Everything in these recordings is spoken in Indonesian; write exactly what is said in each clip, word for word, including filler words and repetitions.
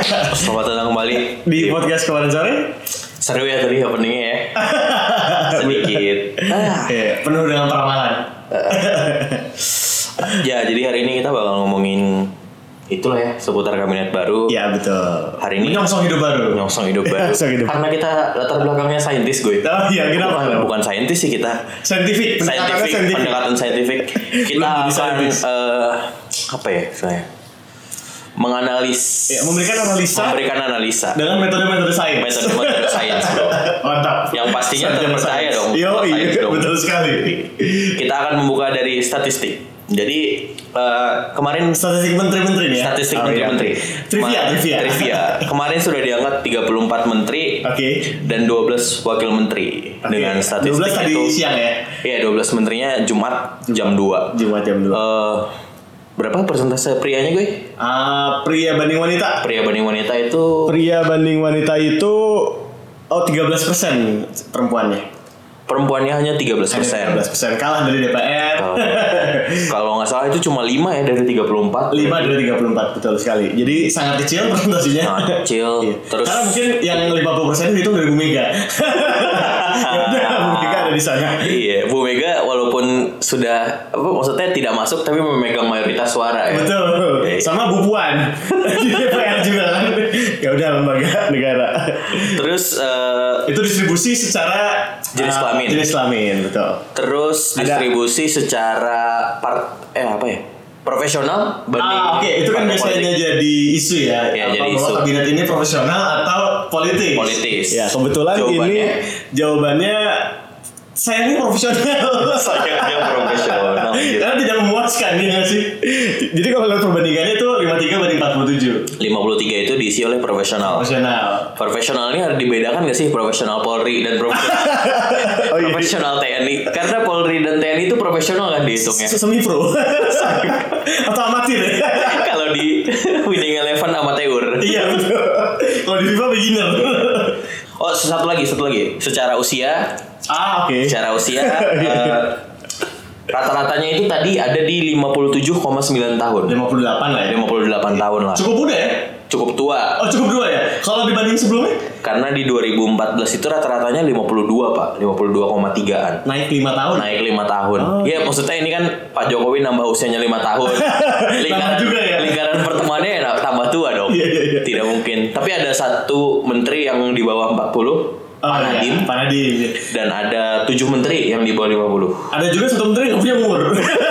Selamat datang kembali di podcast kemarin sore. Seru ya tadi openingnya ya. Sedikit ah. ya, penuh dengan peramalan. Ya, jadi hari ini kita bakal ngomongin itulah ya, seputar kabinet baru. Ya betul. Hari ini nyongsong hidup baru. Nyongsong hidup baru. hidup. Karena kita latar belakangnya saintis gue. Oh iya, kenapa? Bukan, bukan saintis sih kita. Saintifik. Saintifik. Pendekatan saintifik. Kita akan uh, apa ya saya? Menganalisis, ya, memberikan analisa, memberikan analisa dengan metode-metode sains, metode-metode sains bro. Mantap. Yang pastinya terpercaya dong. Yo, iya, dong. Betul sekali. Kita akan membuka dari statistik. Jadi uh, kemarin statistik menteri-menteri nih ya. Statistik oh, menteri-menteri. Iya. Trivia, trivia. Trivia. Kemarin sudah diangkat tiga puluh empat menteri. Oke. Okay. Dan dua belas wakil menteri. Okay. Dengan statistik dua belas tadi itu. Siang ya. Iya, dua belas menterinya Jumat jam dua. Jumat jam dua. Uh, Berapa persentase prianya gue? Uh, pria banding wanita. Pria banding wanita itu. Pria banding wanita itu oh tiga belas persen perempuannya. Perempuannya hanya tiga belas persen. tiga belas persen kalah dari D P R. Oh. Kalau nggak salah itu cuma lima ya dari tiga puluh empat. lima dari tiga puluh empat, betul sekali. Jadi sangat kecil presentasinya. Sangat kecil. Iya. Terus karena mungkin yang lima puluh persen itu dari Bu Mega. Bu Mega ada di sana. Iya, Bu Mega walaupun sudah apa maksudnya tidak masuk tapi memegang mayoritas suara ya. Betul. Iya. Sama Bu Puan di D P R juga kan. Ya udah lembaga negara. Terus uh, itu distribusi secara jenis uh, kelamin. Jenis kelamin, betul. Terus distribusi ada. Secara part eh apa ya? Profesional banding. Ah, oke, okay. Itu kan biasanya jadi isu ya. Ya, jadi bahwa isu. Kabinet ini profesional atau politis. Politis. Ya, kebetulan jawabannya, ini jawabannya saya ini profesional. Sayangnya profesional. Karena tidak memuaskan ya sih. Jadi kalau lihat perbandingannya itu lima puluh tiga banding empat puluh tujuh. lima puluh tiga itu diisi oleh profesional. Profesional. Profesional ini harus dibedakan gak sih profesional Polri dan profesional, oh, iya. profesional T N I? Karena Polri dan T N I itu profesional kan dihitungnya. Semi pro. Atau amatir ya. Kalau di Winning Eleven amateur. Iya betul. Kalau di FIFA beginner. Oh, satu lagi, satu lagi. Secara usia. Ah, oke. Okay. Secara usia uh, rata-ratanya itu tadi ada di lima puluh tujuh koma sembilan tahun. lima puluh delapan lah ya. lima puluh delapan tahun lah. Cukup muda ya? Cukup tua. Oh, cukup tua ya? Kalau dibanding sebelumnya? Karena di dua ribu empat belas itu rata-ratanya lima puluh dua, Pak. lima puluh dua koma tiga-an. Naik lima tahun. Naik lima tahun. Oh. Ya, maksudnya ini kan Pak Jokowi nambah usianya lima tahun. Lingkaran juga ya? Lingkaran pertemuannya ya, tambah tua dong. Iya, iya, iya. Tidak mungkin. Tapi ada satu menteri yang di bawah empat puluh. Oh, Pak Nadiem. iya, Pak Nadiem. Dan ada tujuh menteri yang di bawah lima puluh. Ada juga satu menteri yang punya umur.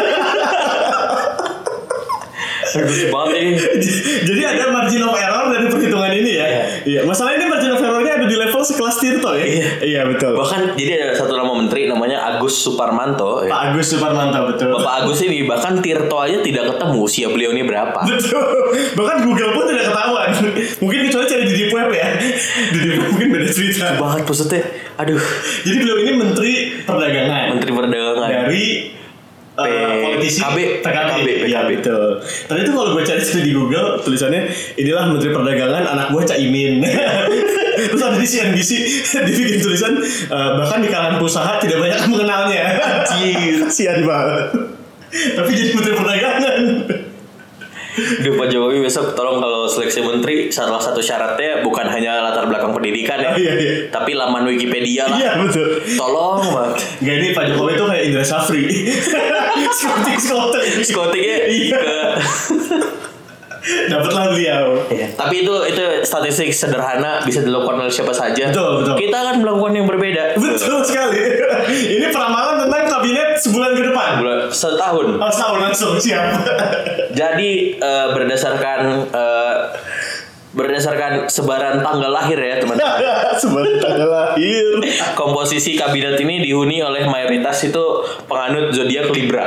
Bagus banget ini. Jadi ada margin of error dari perhitungan ini ya. Iya. Iya. Masalah ini margin of errornya ada di level sekelas Tirto ya. Iya, iya betul. Bahkan jadi ada satu nama menteri namanya Agus Suparmanto. Pak ya. Agus Suparmanto, betul. Bapak Agus ini bahkan Tirto aja tidak ketemu usia beliau ini berapa. Betul. Bahkan Google pun tidak ketahuan. Mungkin kecuali cari di deep web ya. Di deep web mungkin beda cerita. Banget maksudnya. Aduh. Jadi beliau ini menteri perdagangan. Menteri perdagangan. Dari P- Uh, politisi P K B, P K B, P K B. Ya, betul. Tadi itu kalau gue cari di Google tulisannya inilah Menteri Perdagangan anak buah Caimin. Terus ada di C N B C dibikin tulisan uh, bahkan di kalangan pengusaha tidak banyak yang mengenalnya. Anjir, sian banget. Tapi jadi Menteri Perdagangan. Duh, Pak Jokowi besok tolong kalau seleksi menteri salah satu syaratnya bukan hanya latar belakang pendidikan ya, oh, iya, iya. tapi laman Wikipedia lah. Iya betul. Tolong Pak. Gak, ini Pak Jokowi itu kayak Indra Safri. Skotik skotik. Skotiknya ke. Dapatlah beliau. Ya, tapi itu itu statistik sederhana bisa dilakukan oleh siapa saja. Betul, betul. Kita akan melakukan yang berbeda. Betul sekali. Ini peramalan tentang kabinet sebulan ke depan. Bulan setahun. Oh, setahun langsung siap. Jadi uh, berdasarkan uh, berdasarkan sebaran tanggal lahir ya teman-teman. Sebaran tanggal lahir. Komposisi kabinet ini dihuni oleh mayoritas itu penganut zodiak Libra.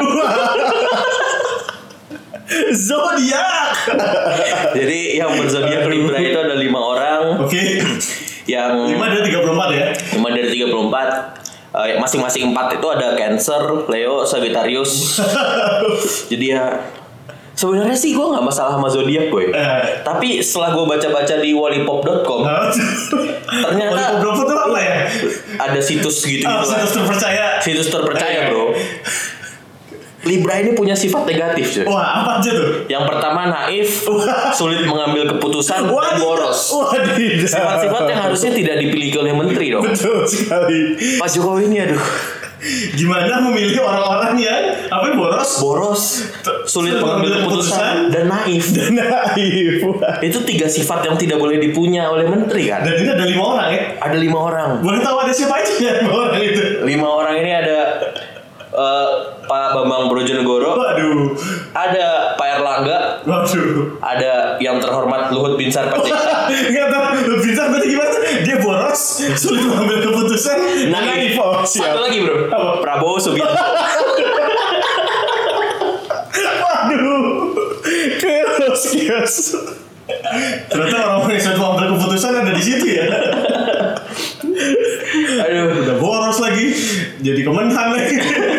Zodiak. Jadi yang berzodiak Libra itu ada lima orang. Oke. Okay. Yang lima dari tiga puluh empat ya. lima dari tiga puluh empat. Uh, masing-masing empat itu ada Cancer, Leo, Sagittarius. Jadi ya sebenarnya sih gue nggak masalah sama zodiak gue. Eh. Tapi setelah gue baca-baca di wallipop dot com, ternyata wallipop dot com itu apa ya? Ada situs gitu-gitu. Oh, situs terpercaya. Situs terpercaya, bro. Libra ini punya sifat negatif, cuy. Wah, apa aja tuh? Yang pertama naif, sulit mengambil keputusan, dan boros. Wadidaw. Sifat-sifat yang harusnya tidak dipilih oleh menteri dong. Betul sekali. Pak Jokowi ini aduh. Gimana memilih orang-orang yang apa boros? Boros, sulit mengambil keputusan, dan naif. Dan naif. Itu tiga sifat yang tidak boleh dipunya oleh menteri kan? Dan ini ada lima orang ya? Ada lima orang. Boleh tahu ada siapa aja ya lima orang itu? Lima orang ini ada uh, Pak Bambang Brojonegoro. Waduh. Ada Pak Erlangga. Waduh. Ada yang terhormat Luhut Binsar Panjaitan. Enggak tahu Luhut Binsar berarti gimana? Dia boros, sulit mengambil keputusan, Nah, naif. satu lagi bro. Apa? Prabowo Subianto. Waduh. Chaos, chaos. Ternyata orang-orang yang sulit mengambil keputusan ada di situ ya. Aduh. Udah boros lagi, jadi kemenhan lagi.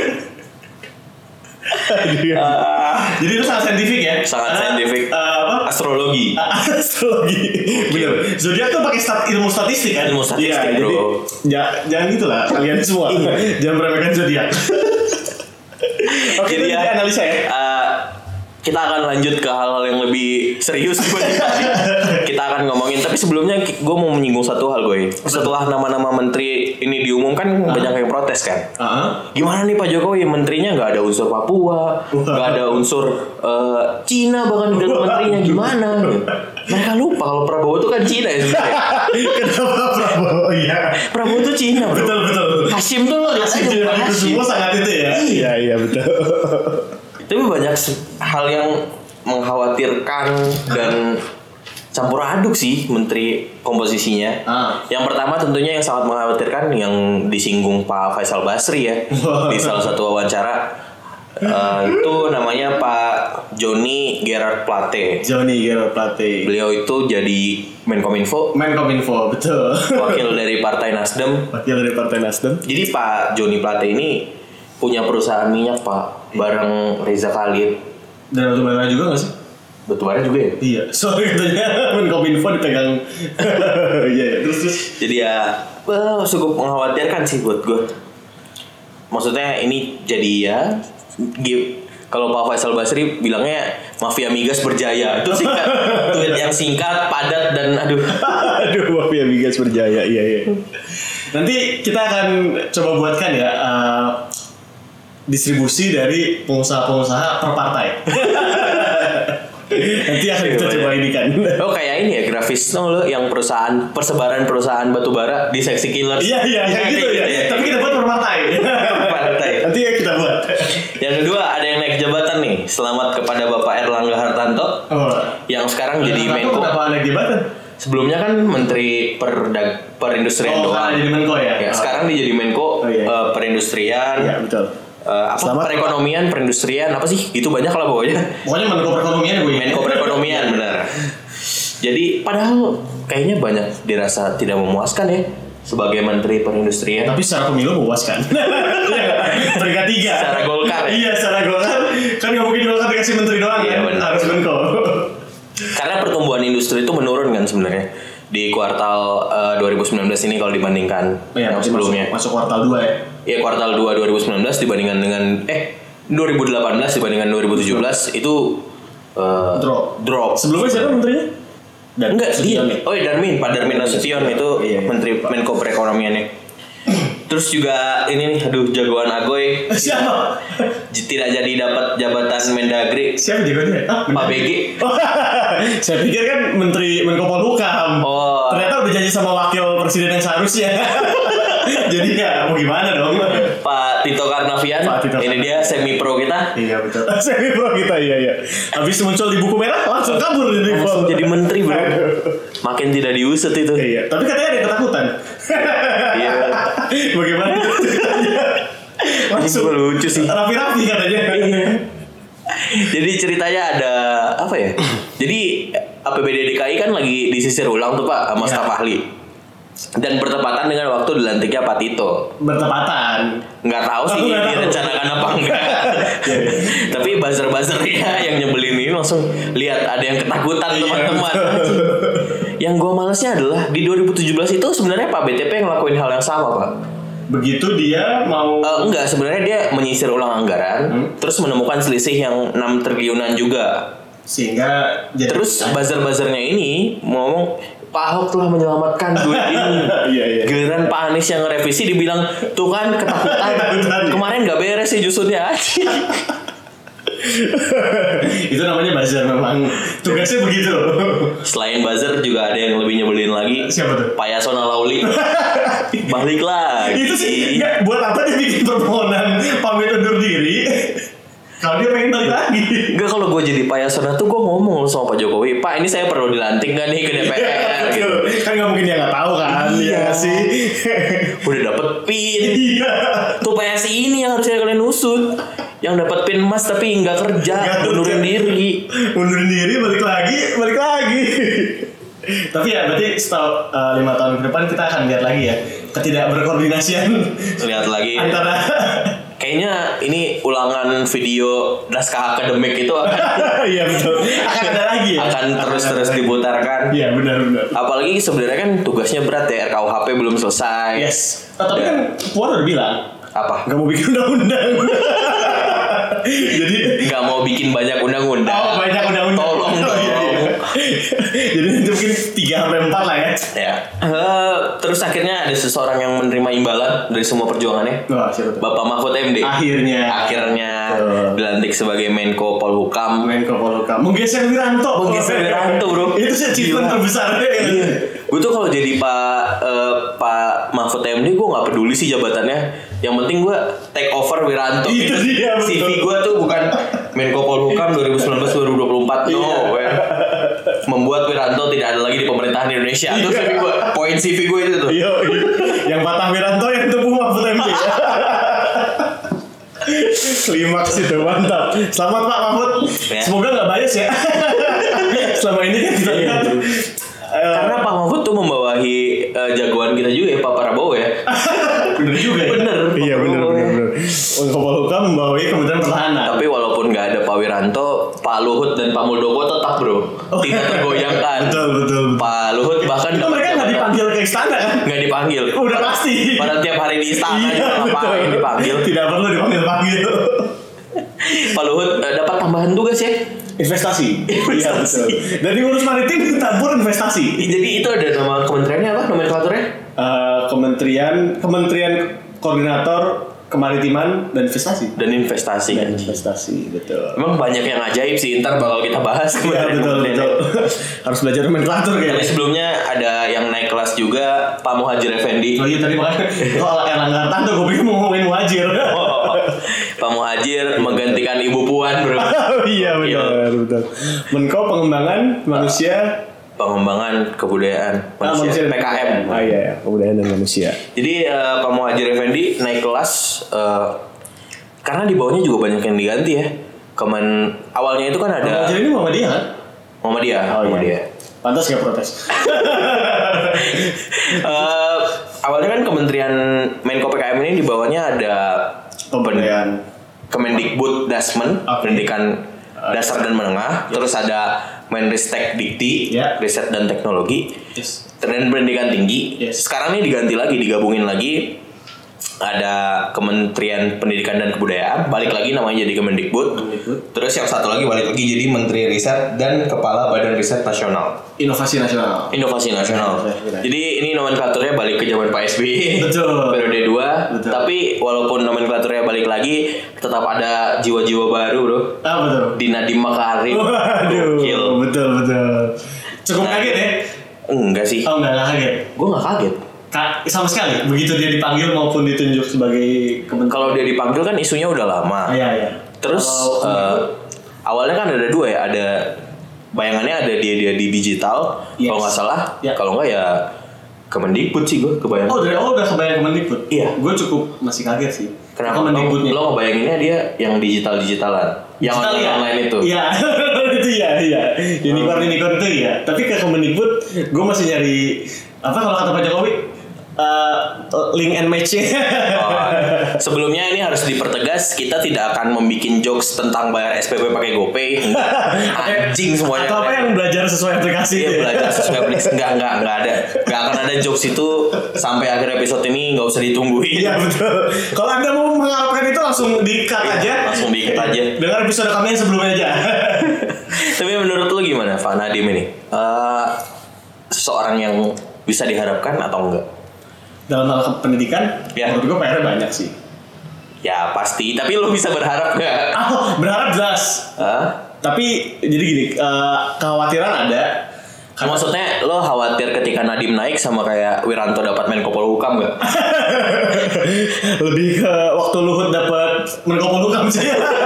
Uh, Jadi itu sangat saintifik ya? Sangat Karena, saintifik. uh, apa? Astrologi. Astrologi. Bener. Zodiak tuh pakai stat, ilmu statistik kan? Ilmu statistik, ya, bro. Jadi, ja, jangan gitulah kalian semua. Jangan meremehkan zodiak. Oke, Jadi itu ya, analisa ya. Uh, kita akan lanjut ke hal-hal yang lebih serius dibanding tadi. Kita akan ngomongin, tapi sebelumnya gue mau menyinggung satu hal gue. Setelah nama-nama menteri ini diumumkan, uh-huh. banyak yang protes kan. Uh-huh. Gimana nih Pak Jokowi, menterinya nggak ada unsur Papua, nggak ada unsur uh, Cina bahkan di dalam menterinya, gimana? Mereka lupa kalau Prabowo itu kan Cina ya sebenarnya. Kenapa Prabowo? Iya. Prabowo itu Cina bro. Betul betul. Hashim tuh lihat aja bukan Hashim. Semua sangat itu ya. Iya iya betul. Tapi banyak hal yang mengkhawatirkan dan campur aduk sih menteri komposisinya. Ah. Yang pertama tentunya yang sangat mengkhawatirkan yang disinggung Pak Faisal Basri ya di salah satu wawancara. Uh, itu namanya Pak Joni Gerard Plate. Joni Gerard Plate. Beliau itu jadi Menkominfo. Menkominfo betul. Wakil dari Partai Nasdem. Wakil dari Partai Nasdem. Jadi Pak Joni Plate ini punya perusahaan minyak Pak, bareng Reza Khalid. Dan batu bara juga nggak sih? Batu bara juga ya? Iya. Soalnya katanya Menkominfo dipegang. Iya ya. Terus terus. Jadi ya, well, cukup mengkhawatirkan sih buat gue. Maksudnya ini jadi ya. Kalau Pak Faisal Basri bilangnya mafia migas berjaya. Itu sih tweet yang singkat, padat dan aduh. Aduh mafia migas berjaya. Iya iya. Nanti kita akan coba buatkan ya uh, distribusi dari pengusaha-pengusaha per partai. Nanti akan kita coba ini kan. Oh kayak ini ya grafis no, lo yang perusahaan persebaran perusahaan batubara di seksi killer. Iya iya kayak gitu ya. ya. Tapi kita buat per partai. Partai. Nanti ya kita buat. Yang kedua ada yang naik jabatan nih. Selamat kepada Bapak Erlangga Hartanto. Oh. Yang sekarang jadi Menko. Kenapa naik jabatan? Sebelumnya kan Menteri Perdag Perindustrian oh, doang. Oh jadi Menko ya. ya oh. Sekarang dia jadi Menko oh, iya. uh, Perindustrian. Iya betul. Uh, apa Selamat perekonomian, apa? Perindustrian, apa sih? Itu banyak lah pokoknya. Pokoknya Menko Perekonomian gue. Menko Perekonomian benar. Jadi padahal kayaknya banyak dirasa tidak memuaskan ya sebagai Menteri Perindustrian. Tapi secara pemilu memuaskan. Peringkat tiga. Secara Golkar. Ya? Iya, secara Golkar. Kan nggak mungkin Golkar dikasih menteri doang iya, kan. Harus Menko. Karena pertumbuhan industri itu menurun kan sebenarnya di kuartal uh, dua ribu sembilan belas ini kalau dibandingkan ya, yang sebelumnya. Masuk, masuk kuartal dua ya. Iya kuartal dua dua ribu sembilan belas dibandingkan dengan eh dua ribu delapan belas dibandingkan dua ribu tujuh belas itu uh, drop. Drop. Sebelumnya siapa menterinya? Dan enggak dia. Oh iya Darmin, Pak Darmin Nasution itu iya, Menteri Pak. Menko Perekonomiannya. Terus juga ini nih, aduh jagoan Agoy. Siapa? Tidak jadi dapat jabatan Mendagri. Siapa jagoannya? Ah, Pak B G. Oh, saya pikir kan Menteri Menko Polhukam. Oh. Ternyata udah janji sama wakil presiden yang seharusnya. Jadi ya mau gimana dong? Pak Tito Karnavian. Pak Tito ini dia semi pro kita. Iya betul. Semi pro kita iya iya. Habis muncul di buku merah langsung kabur dari langsung jadi menteri bro. Makin tidak diusut itu. Iya. Tapi katanya ada yang ketakutan. Iya. Bagaimana? Langsung lucu sih. Rapi-rapi katanya. Iya. Jadi ceritanya ada apa ya? Jadi A P B D D K I kan lagi disisir ulang tuh Pak sama ya. Staf ahli. Dan bertepatan dengan waktu dilantiknya Pak Tito. Bertepatan. Nggak tahu sih oh, direncanakan apa enggak. Tapi buzzer-buzzernya yang nyebelin ini langsung lihat ada yang ketakutan teman-teman. Yang gue malesnya adalah di dua ribu tujuh belas itu sebenarnya Pak B T P ngelakuin hal yang sama Pak. begitu dia mau uh, enggak, sebenarnya dia menyisir ulang anggaran, hmm? terus menemukan selisih yang enam triliunan juga. Sehingga jadi terus buzzer-buzzernya ini ngomong Pak Ahok telah menyelamatkan duit ini. Iya, iya. Giliran Pak Anies yang ngerevisi dibilang tuh kan ketakutan. Kemarin nggak beres sih justrunya aja. Itu namanya buzzer, memang tugasnya begitu. Selain buzzer juga ada yang lebih nyebelin lagi. Siapa tuh? Pak Yasona Lauli. Balik lagi. Itu sih enggak, buat apa dia bikin permohonan pamit undur diri kalau dia pengen balik lagi. Enggak, kalau gue jadi Pak Yasona tuh gue ngomong sama Pak Jokowi, Pak ini saya perlu dilantik gak nih ke D P R gitu. Kan gak mungkin dia gak tahu kan. Iya sih. Udah dapet pin. Iya. Tuh P S I ini yang harusnya kalian usut. Yang dapat pin emas tapi nggak kerja, mundurin diri. Mundurin diri, balik lagi, balik lagi. Tapi ya berarti setelah uh, lima tahun ke depan kita akan lihat lagi ya ketidakberkoordinasian. Lihat lagi. Antara kayaknya ini ulangan video naskah akademik itu akan iya betul. Akan ada lagi ya. Akan terus-terus diputarkan. Iya benar-benar. Apalagi sebenarnya kan tugasnya berat ya, R K U H P belum selesai. Yes. Oh, tapi ya. Kan Puan udah bilang apa? Gak mau bikin undang-undang. Jadi nggak mau bikin banyak undang-undang. Oh, banyak undang-undang. Tolong dong. Iya, iya. Jadi mungkin tiga sampai empat lah ya. Ya. Uh, terus akhirnya ada seseorang yang menerima imbalan dari semua perjuangannya. Wah, siapa tuh? Bapak Mahfud M D. Akhirnya. Akhirnya Tuh. Dilantik sebagai Menko Polhukam. Menko Polhukam. Menggeser Wiranto. Menggeser Wiranto, bro. Itu sih achievement terbesarnya. Iya. Gue tuh kalau jadi Pak uh, Pak Mahfud M D gue nggak peduli sih jabatannya. Yang penting gue take over Wiranto. Itu dia. C V gue tuh bukan Menko Polhukam dua ribu sembilan belas dua ribu dua puluh empat. No, iya. Membuat Wiranto tidak ada lagi di pemerintahan Indonesia. Itu C V gue. Poin C V gue itu tuh. Iya. Yang patah Wiranto, yang tubuh Mahfud M D. Klimaks itu mantap. Selamat Pak Mahfud. Ya. Semoga nggak bias ya. Selama ini kan kita lihat. Karena Pak Mahfud tuh membawahi uh, jagoan kita juga ya, Pak Prabowo ya. Bener juga ya. Bener. Iya bener bener bener. Menko Polhukam membawahi Kementerian Pertahanan. Tapi walaupun nggak ada Pak Wiranto, Pak Luhut dan Pak Muldoko tetap bro, oh, tidak tergoyahkan. Betul betul. Pak Luhut bahkan itu mereka nggak dipanggil ke istana kan? Nggak dipanggil. Udah pasti. Pada tiap hari di istana iya, ngapain dipanggil? Tidak perlu dipanggil panggil. Pak Luhut uh, dapat tambahan tugas ya. Investasi. Investasi. Iya, dari urus maritim tabur investasi. Jadi itu ada nama kementeriannya apa? Nomenklaturnya? Uh, kementerian Kementerian Koordinator Kemaritiman dan Investasi. Dan investasi. Dan investasi, betul. Emang banyak yang ajaib sih, ntar bakal kita bahas. Iya betul betul. Harus belajar nomenklatur kayaknya. Tapi sebelumnya ada yang naik kelas juga, Pak Muhadjir Effendi. Oh iya tadi makanya soal Erlangga Hartarto gue pikir mau ngomongin Muhadjir. Oh, Pak Muhadjir menggantikan Ibu Puan bro. Oh, iya benar betul. Menko Pengembangan Manusia, Pengembangan Kebudayaan Manusia, ah, P K M. Ah iya, ya. Kebudayaan dan Manusia. Jadi uh, Pak Muhadjir Effendi naik kelas uh, karena di bawahnya juga banyak yang diganti ya. Kemen awalnya itu kan ada. Pak Muhadjir ini Muhammadiyah kan? Muhammadiyah. Oh, Muhammadiyah. iya. Pantas gak protes. uh, awalnya kan Kementerian Menko P K M ini di bawahnya ada Pemberdayaan Kemendikbud Dasmen, okay. pendidikan dasar dan menengah, yes. Terus ada Menristek Dikti, yeah. Riset dan Teknologi, yes. Dan pendidikan tinggi. Yes. Sekarang ini diganti lagi, digabungin lagi. Ada Kementerian Pendidikan dan Kebudayaan, balik lagi namanya jadi Kemendikbud. Kemendikbud. Terus yang satu lagi balik lagi jadi Menteri Riset dan Kepala Badan Riset Nasional. Inovasi Nasional. Inovasi Nasional. Ya, jadi ini nomenklaturnya balik ke zaman Pak S B Y. Betul. Periode dua. Betul. Tapi walaupun nomenklaturnya balik lagi, tetap ada jiwa-jiwa baru, bro. Ah betul. Di Nadiem Makarim. Waduh. Gokil. Betul betul. Cukup nah, kaget ya? Enggak sih. Oh enggak, enggak kaget. Gue enggak kaget. Ka- sama sekali begitu dia dipanggil maupun ditunjuk sebagai kementerian. Kalau dia dipanggil kan isunya udah lama. Iya iya. Terus oh, uh, awalnya kan ada dua ya, ada bayangannya ada dia dia di digital, yes. Kalau nggak salah, yeah. Kalau nggak ya Kemendikbud sih gue kebayang. Oh dari awal udah kebayang Kemendikbud. Iya. Gue cukup masih kaget sih. Kenapa? Kemendikbudnya? Lo ngebayanginnya dia yang digital digitalan, yang digital, online ya? online itu. Iya itu ya iya. Unicorn unicorn itu ya. Tapi ke Kemendikbud gue masih nyari apa kalau kata Pak Jokowi uh, link and match-nya. Oh, sebelumnya ini harus dipertegas, kita tidak akan membuat jokes tentang bayar S P P pakai GoPay. Anjing semuanya. Atau apa yang belajar sesuai aplikasi? Iya, belajar sesuai aplikasi. Enggak, enggak, enggak ada. Enggak akan ada jokes itu sampai akhir episode ini, enggak usah ditungguin. Iya, betul. Kalau Anda mau mengharapkan itu langsung di-cut iya, aja. Langsung di-cut aja. Dengar episode kami yang sebelumnya aja. Tapi menurut lu gimana, Pak Nadim ini? Uh, seseorang yang bisa diharapkan atau enggak? Dalam hal pendidikan, ya. Menurut gue P R-nya banyak sih. Ya pasti, tapi lu bisa berharap nggak? Oh, berharap jelas. Hah? Tapi jadi gini, uh, kekhawatiran ada. Karena maksudnya lo khawatir ketika Nadim naik sama kayak Wiranto dapat Menko Polhukam nggak? Lebih ke waktu Luhut dapat Menko Polhukam sih.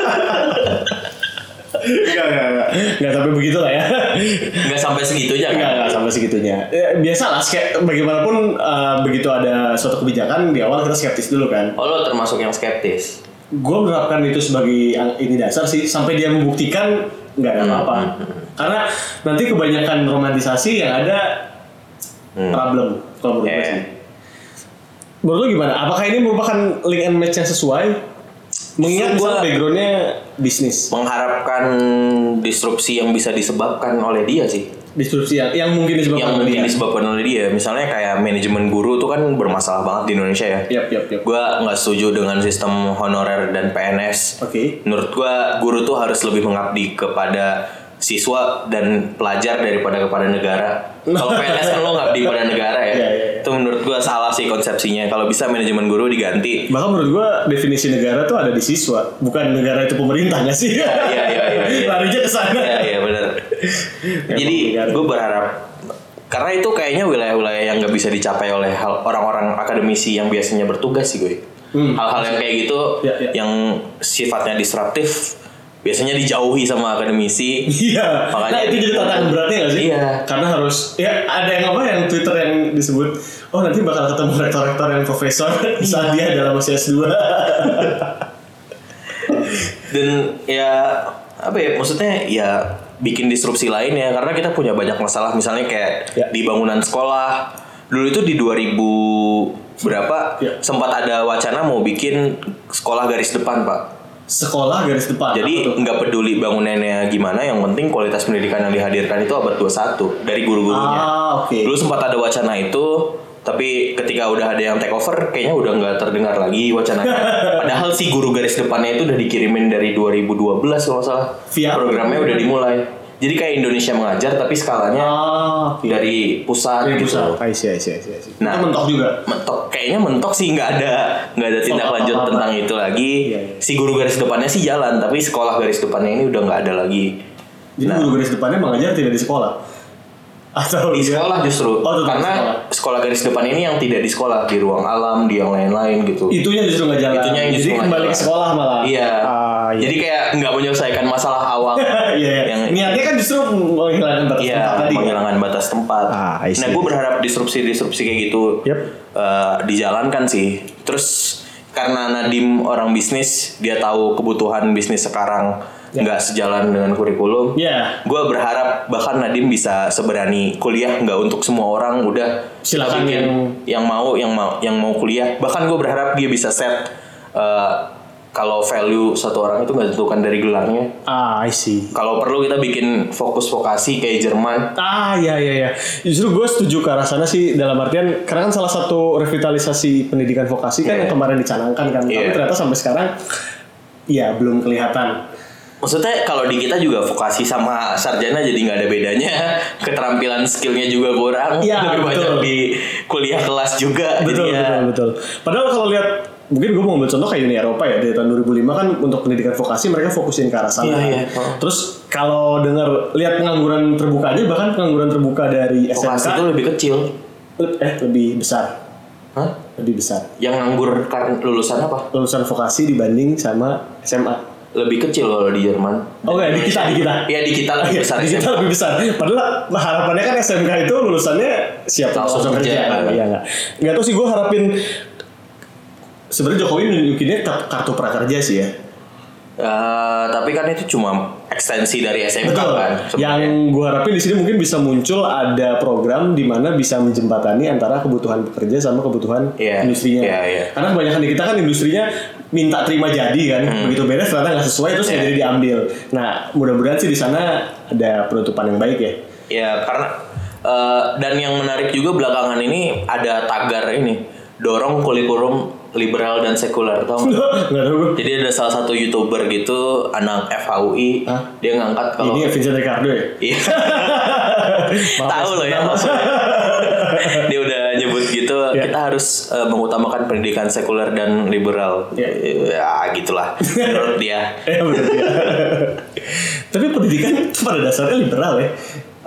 Enggak, enggak, enggak. Enggak sampai begitu lah ya. Enggak sampai segitunya kan? Enggak, enggak sampai segitunya. Ya, biasalah, bagaimanapun uh, begitu ada suatu kebijakan, di awal kita skeptis dulu kan. Oh, lo termasuk yang skeptis? Gue menerapkan itu sebagai ini dasar sih, sampai dia membuktikan nggak ada apa-apa. Hmm, hmm, hmm. Karena nanti kebanyakan romantisasi yang ada hmm. problem, kalau menurut yeah. gue sih. Menurut lo gimana? Apakah ini merupakan link and match yang sesuai? Mengingat gue backgroundnya bisnis, mengharapkan disrupsi yang bisa disebabkan oleh dia sih. Disrupsi yang, yang mungkin disebabkan yang oleh mungkin dia. disebabkan oleh dia. Misalnya kayak manajemen guru tuh kan bermasalah banget di Indonesia ya. Yap, yap, yap. Gue nggak setuju dengan sistem honorer dan P N S. Oke. Okay. Menurut gue guru tuh harus lebih mengabdi kepada siswa dan pelajar daripada kepada negara. Kalau P N S kan lo ngabdi pada negara ya. Yeah, yeah, yeah. Itu menurut gue salah sih konsepsinya. Kalau bisa manajemen guru diganti. Bahkan menurut gue definisi negara tuh ada di siswa, bukan negara itu pemerintah nggak sih? Iya iya iya. Ya. Larinya ke sana. Iya iya benar. Jadi gue berharap karena itu kayaknya wilayah-wilayah yang nggak bisa dicapai oleh orang-orang akademisi yang biasanya bertugas sih gue. Hmm. Hal-hal yang kayak gitu ya, ya. yang sifatnya disruptif biasanya dijauhi sama akademisi. Iya. Nah itu jadi tantangan beratnya nggak sih? Iya. Karena harus ya ada yang apa yang Twitter yang disebut oh nanti bakal ketemu rektor-rektor yang profesor saat dia dalam masih S dua. Dan ya apa ya maksudnya ya bikin disrupsi lain ya karena kita punya banyak masalah misalnya kayak ya. Di bangunan sekolah dulu itu di dua ribu berapa ya. Sempat ada wacana mau bikin sekolah garis depan Pak. Sekolah garis depan. Jadi nggak peduli bangunannya gimana, yang penting kualitas pendidikan yang dihadirkan itu abad dua puluh satu dari guru-gurunya. Ah, okay. Dulu sempat ada wacana itu, tapi ketika udah ada yang take over, kayaknya udah nggak terdengar lagi wacananya. Padahal si guru garis depannya itu udah dikirimin dari dua ribu dua belas kalau nggak salah. Via programnya udah dimulai. Jadi kayak Indonesia mengajar tapi skalanya ah, okay. dari pusat dari gitu. Pusat. I see, I see, I see, I see. Nah, itu mentok juga. Mentok, kayaknya mentok sih nggak ada nggak ada tindak oh, lanjut apa, apa. tentang itu lagi. Iya, iya. Si guru garis depannya sih jalan, tapi sekolah garis depannya ini udah nggak ada lagi. Jadi nah, guru garis depannya mengajar tidak di sekolah. Atau di dia... sekolah justru oh, karena sekolah. sekolah garis depan ini yang tidak di sekolah, di ruang alam, di yang lain-lain gitu. Itunya justru nggak jalan. Itunya yang justru jadi kembali ke sekolah malah. Iya. Ah, iya. Jadi kayak nggak menyelesaikan masalah awal. Iya. Yang niatnya kan justru menghilangkan batas iya, tempat tadi. menghilangkan batas tempat. Ah, nah, gue berharap disrupsi-disrupsi kayak gitu yep. uh, dijalankan sih. Terus karena Nadim orang bisnis, dia tahu kebutuhan bisnis sekarang nggak yeah. sejalan dengan kurikulum. Yeah. Gue berharap bahkan Nadim bisa seberani kuliah nggak untuk semua orang, udah silakan bikin yang yang mau yang mau yang mau kuliah. Bahkan gue berharap dia bisa set uh, kalau value satu orang itu nggak ditentukan dari gelarnya. Ah, I see. Kalau perlu kita bikin fokus vokasi kayak Jerman. Ah, iya iya iya. Justru gue setuju ke arah sana sih dalam artian karena kan salah satu revitalisasi pendidikan vokasi kan yeah. yang kemarin dicanangkan kan, yeah. tapi ternyata sampai sekarang ya belum kelihatan. Maksudnya kalau di kita juga vokasi sama sarjana jadi nggak ada bedanya, keterampilan skillnya juga kurang, ya, lebih betul. banyak di kuliah kelas juga. Betul jadi betul ya. betul. Padahal kalau lihat mungkin gue mau ambil contoh kayak Uni Eropa ya, dari tahun dua ribu lima kan untuk pendidikan vokasi mereka fokusin ke arah sana. Iya, iya. Oh. Terus kalau dengar lihat pengangguran terbuka aja, bahkan pengangguran terbuka dari S M K vokasi itu lebih kecil. Eh lebih besar. Hah? Lebih besar. Yang nganggur kan lulusan apa? Lulusan vokasi dibanding sama S M A. Lebih kecil kalau di Jerman. Oke, okay, di kita di kita. Iya, di kita lebih besar. Di kita lebih besar. Padahal harapannya kan S M K itu lulusannya siap langsung kerja. Iya enggak. Enggak tahu sih, gue harapin sebenarnya Jokowi nunjukinnya kartu prakerja sih ya. Uh, tapi kan itu cuma ekstensi dari S M K. Betul. Kan. Sebenarnya. Yang gue harapin di sini mungkin bisa muncul ada program di mana bisa menjembatani antara kebutuhan pekerja sama kebutuhan yeah. industrinya. Yeah, yeah. Karena kebanyakan di kita kan industrinya minta terima jadi kan, hmm. begitu beres ternyata nggak sesuai terus yeah. jadi diambil. Nah mudah-mudahan sih di sana ada penutupan yang baik ya. Ya yeah, karena uh, dan yang menarik juga belakangan ini ada tagar ini dorong kurikulum liberal dan sekuler, tau nggak? Nggak tahu gue. Jadi ada salah satu youtuber gitu anak F H U I. Hah? Dia ngangkat kalau ini Vincent Ricardo ya. Iya. Tahu loh ya maksudnya. Dia udah nyebut gitu ya. Kita harus uh, mengutamakan pendidikan sekuler dan liberal. Ya, ya gitulah menurut dia. Ya benar dia. Tapi pendidikan pada dasarnya liberal ya.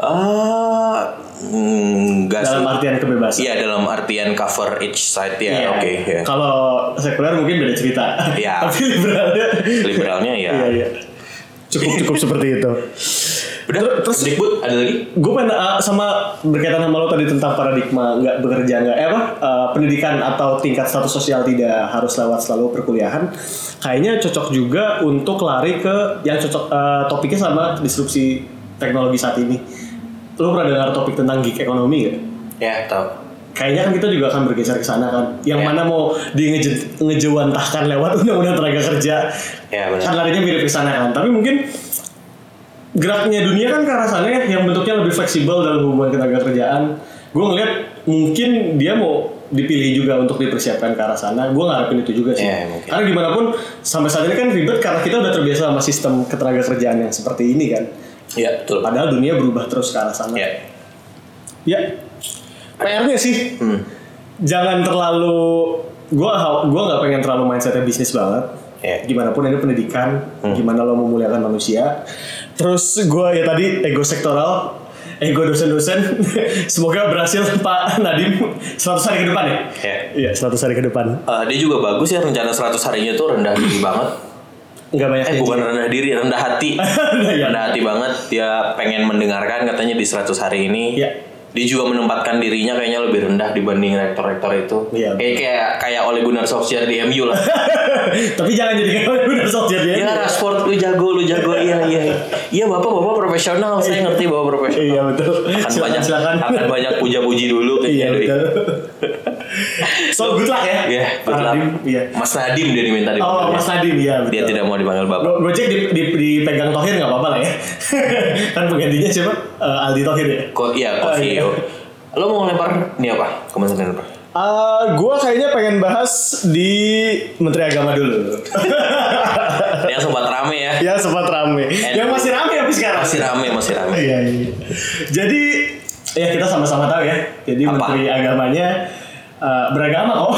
Ah, enggak dalam sih. artian kebebasan. Iya, dalam artian cover each side ya. Yeah. Oke, okay, yeah. Kalau sekuler mungkin beda cerita. Iya. Tapi liberalnya liberalnya ya. Iya, iya. Cukup cukup seperti itu. Udah, terus Dikbud ada lagi? Gue pengen uh, sama berkaitan sama lo tadi tentang paradigma nggak bekerja nggak eh apa uh, pendidikan atau tingkat status sosial tidak harus lewat selalu perkuliahan. Kayaknya cocok juga untuk lari ke yang cocok uh, topiknya sama disrupsi teknologi saat ini. Lo pernah dengar topik tentang gig ekonomi gak? Ya, tahu. Kayaknya kan kita juga akan bergeser ke sana kan. Yang ya. Mana mau di ngeje, ngejewantahkan lewat undang-undang tenaga kerja. Ya, benar. Kan larinya mirip ke sana kan. Tapi mungkin geraknya dunia kan ke arah sana yang bentuknya lebih fleksibel dalam hubungan ketenaga kerjaan. Gue ngeliat mungkin dia mau dipilih juga untuk dipersiapkan ke arah sana. Gue ngarepin itu juga sih. Ya, karena gimana pun sampai saat ini kan ribet karena kita udah terbiasa sama sistem ketenaga kerjaan yang seperti ini kan. Iya, betul. Padahal dunia berubah terus ke arah sana. Iya. Ya. P R-nya sih. Hmm. Jangan terlalu gua gua enggak pengen terlalu mindsetnya bisnis banget. Yeah. Gimana pun ini pendidikan, hmm. gimana lo memuliakan manusia. Terus gua ya tadi ego sektoral, ego dosen-dosen. Semoga berhasil Pak Nadiem seratus hari ke depan ya. Iya, yeah. yeah, seratus hari ke depan. Uh, dia juga bagus ya rencana seratus harinya tuh rendah diri banget. Enggak banyak eh bukan rendah diri, rendah hati. Rendah hati banget. Dia pengen mendengarkan katanya di seratus hari ini. Ya. Dia juga menempatkan dirinya kayaknya lebih rendah dibanding rektor-rektor itu. Ya, kayak kayak kayak Ole Gunnar Solskjaer di M U lah. Tapi jangan jadi kayak Ole Gunnar Solskjaer di M U. Ya Rashford lu jago, lu jago. Iya iya. Iya Bapak Bapak profesional. Saya ngerti Bapak profesional. Iya betul. Akan silakan, banyak silakan. akan banyak puja-puji dulu kayaknya. Iya betul. So good luck ya. Iya, good luck. Iya. Mas Nadiem dia diminta dipanggil. Oh, Mas Nadiem ya betul. Dia tidak mau dipanggil Bapak. Gue cek di, di, dipegang Thohir enggak apa-apa lah ya. Kan penggantinya siapa? Uh, Aldi Thohir ya. Kok iya, kok C E O. Lo mau lempar ini apa? Kementerian apa? Uh, gue kayaknya pengen bahas di Menteri Agama dulu. Yang sempat rame ya. Ya sempat rame. And yang masih rame tapi sekarang. Masih rame, masih rame. Iya, iya. Jadi ya kita sama-sama tahu ya. Jadi apa? Menteri Agamanya uh, beragama kok.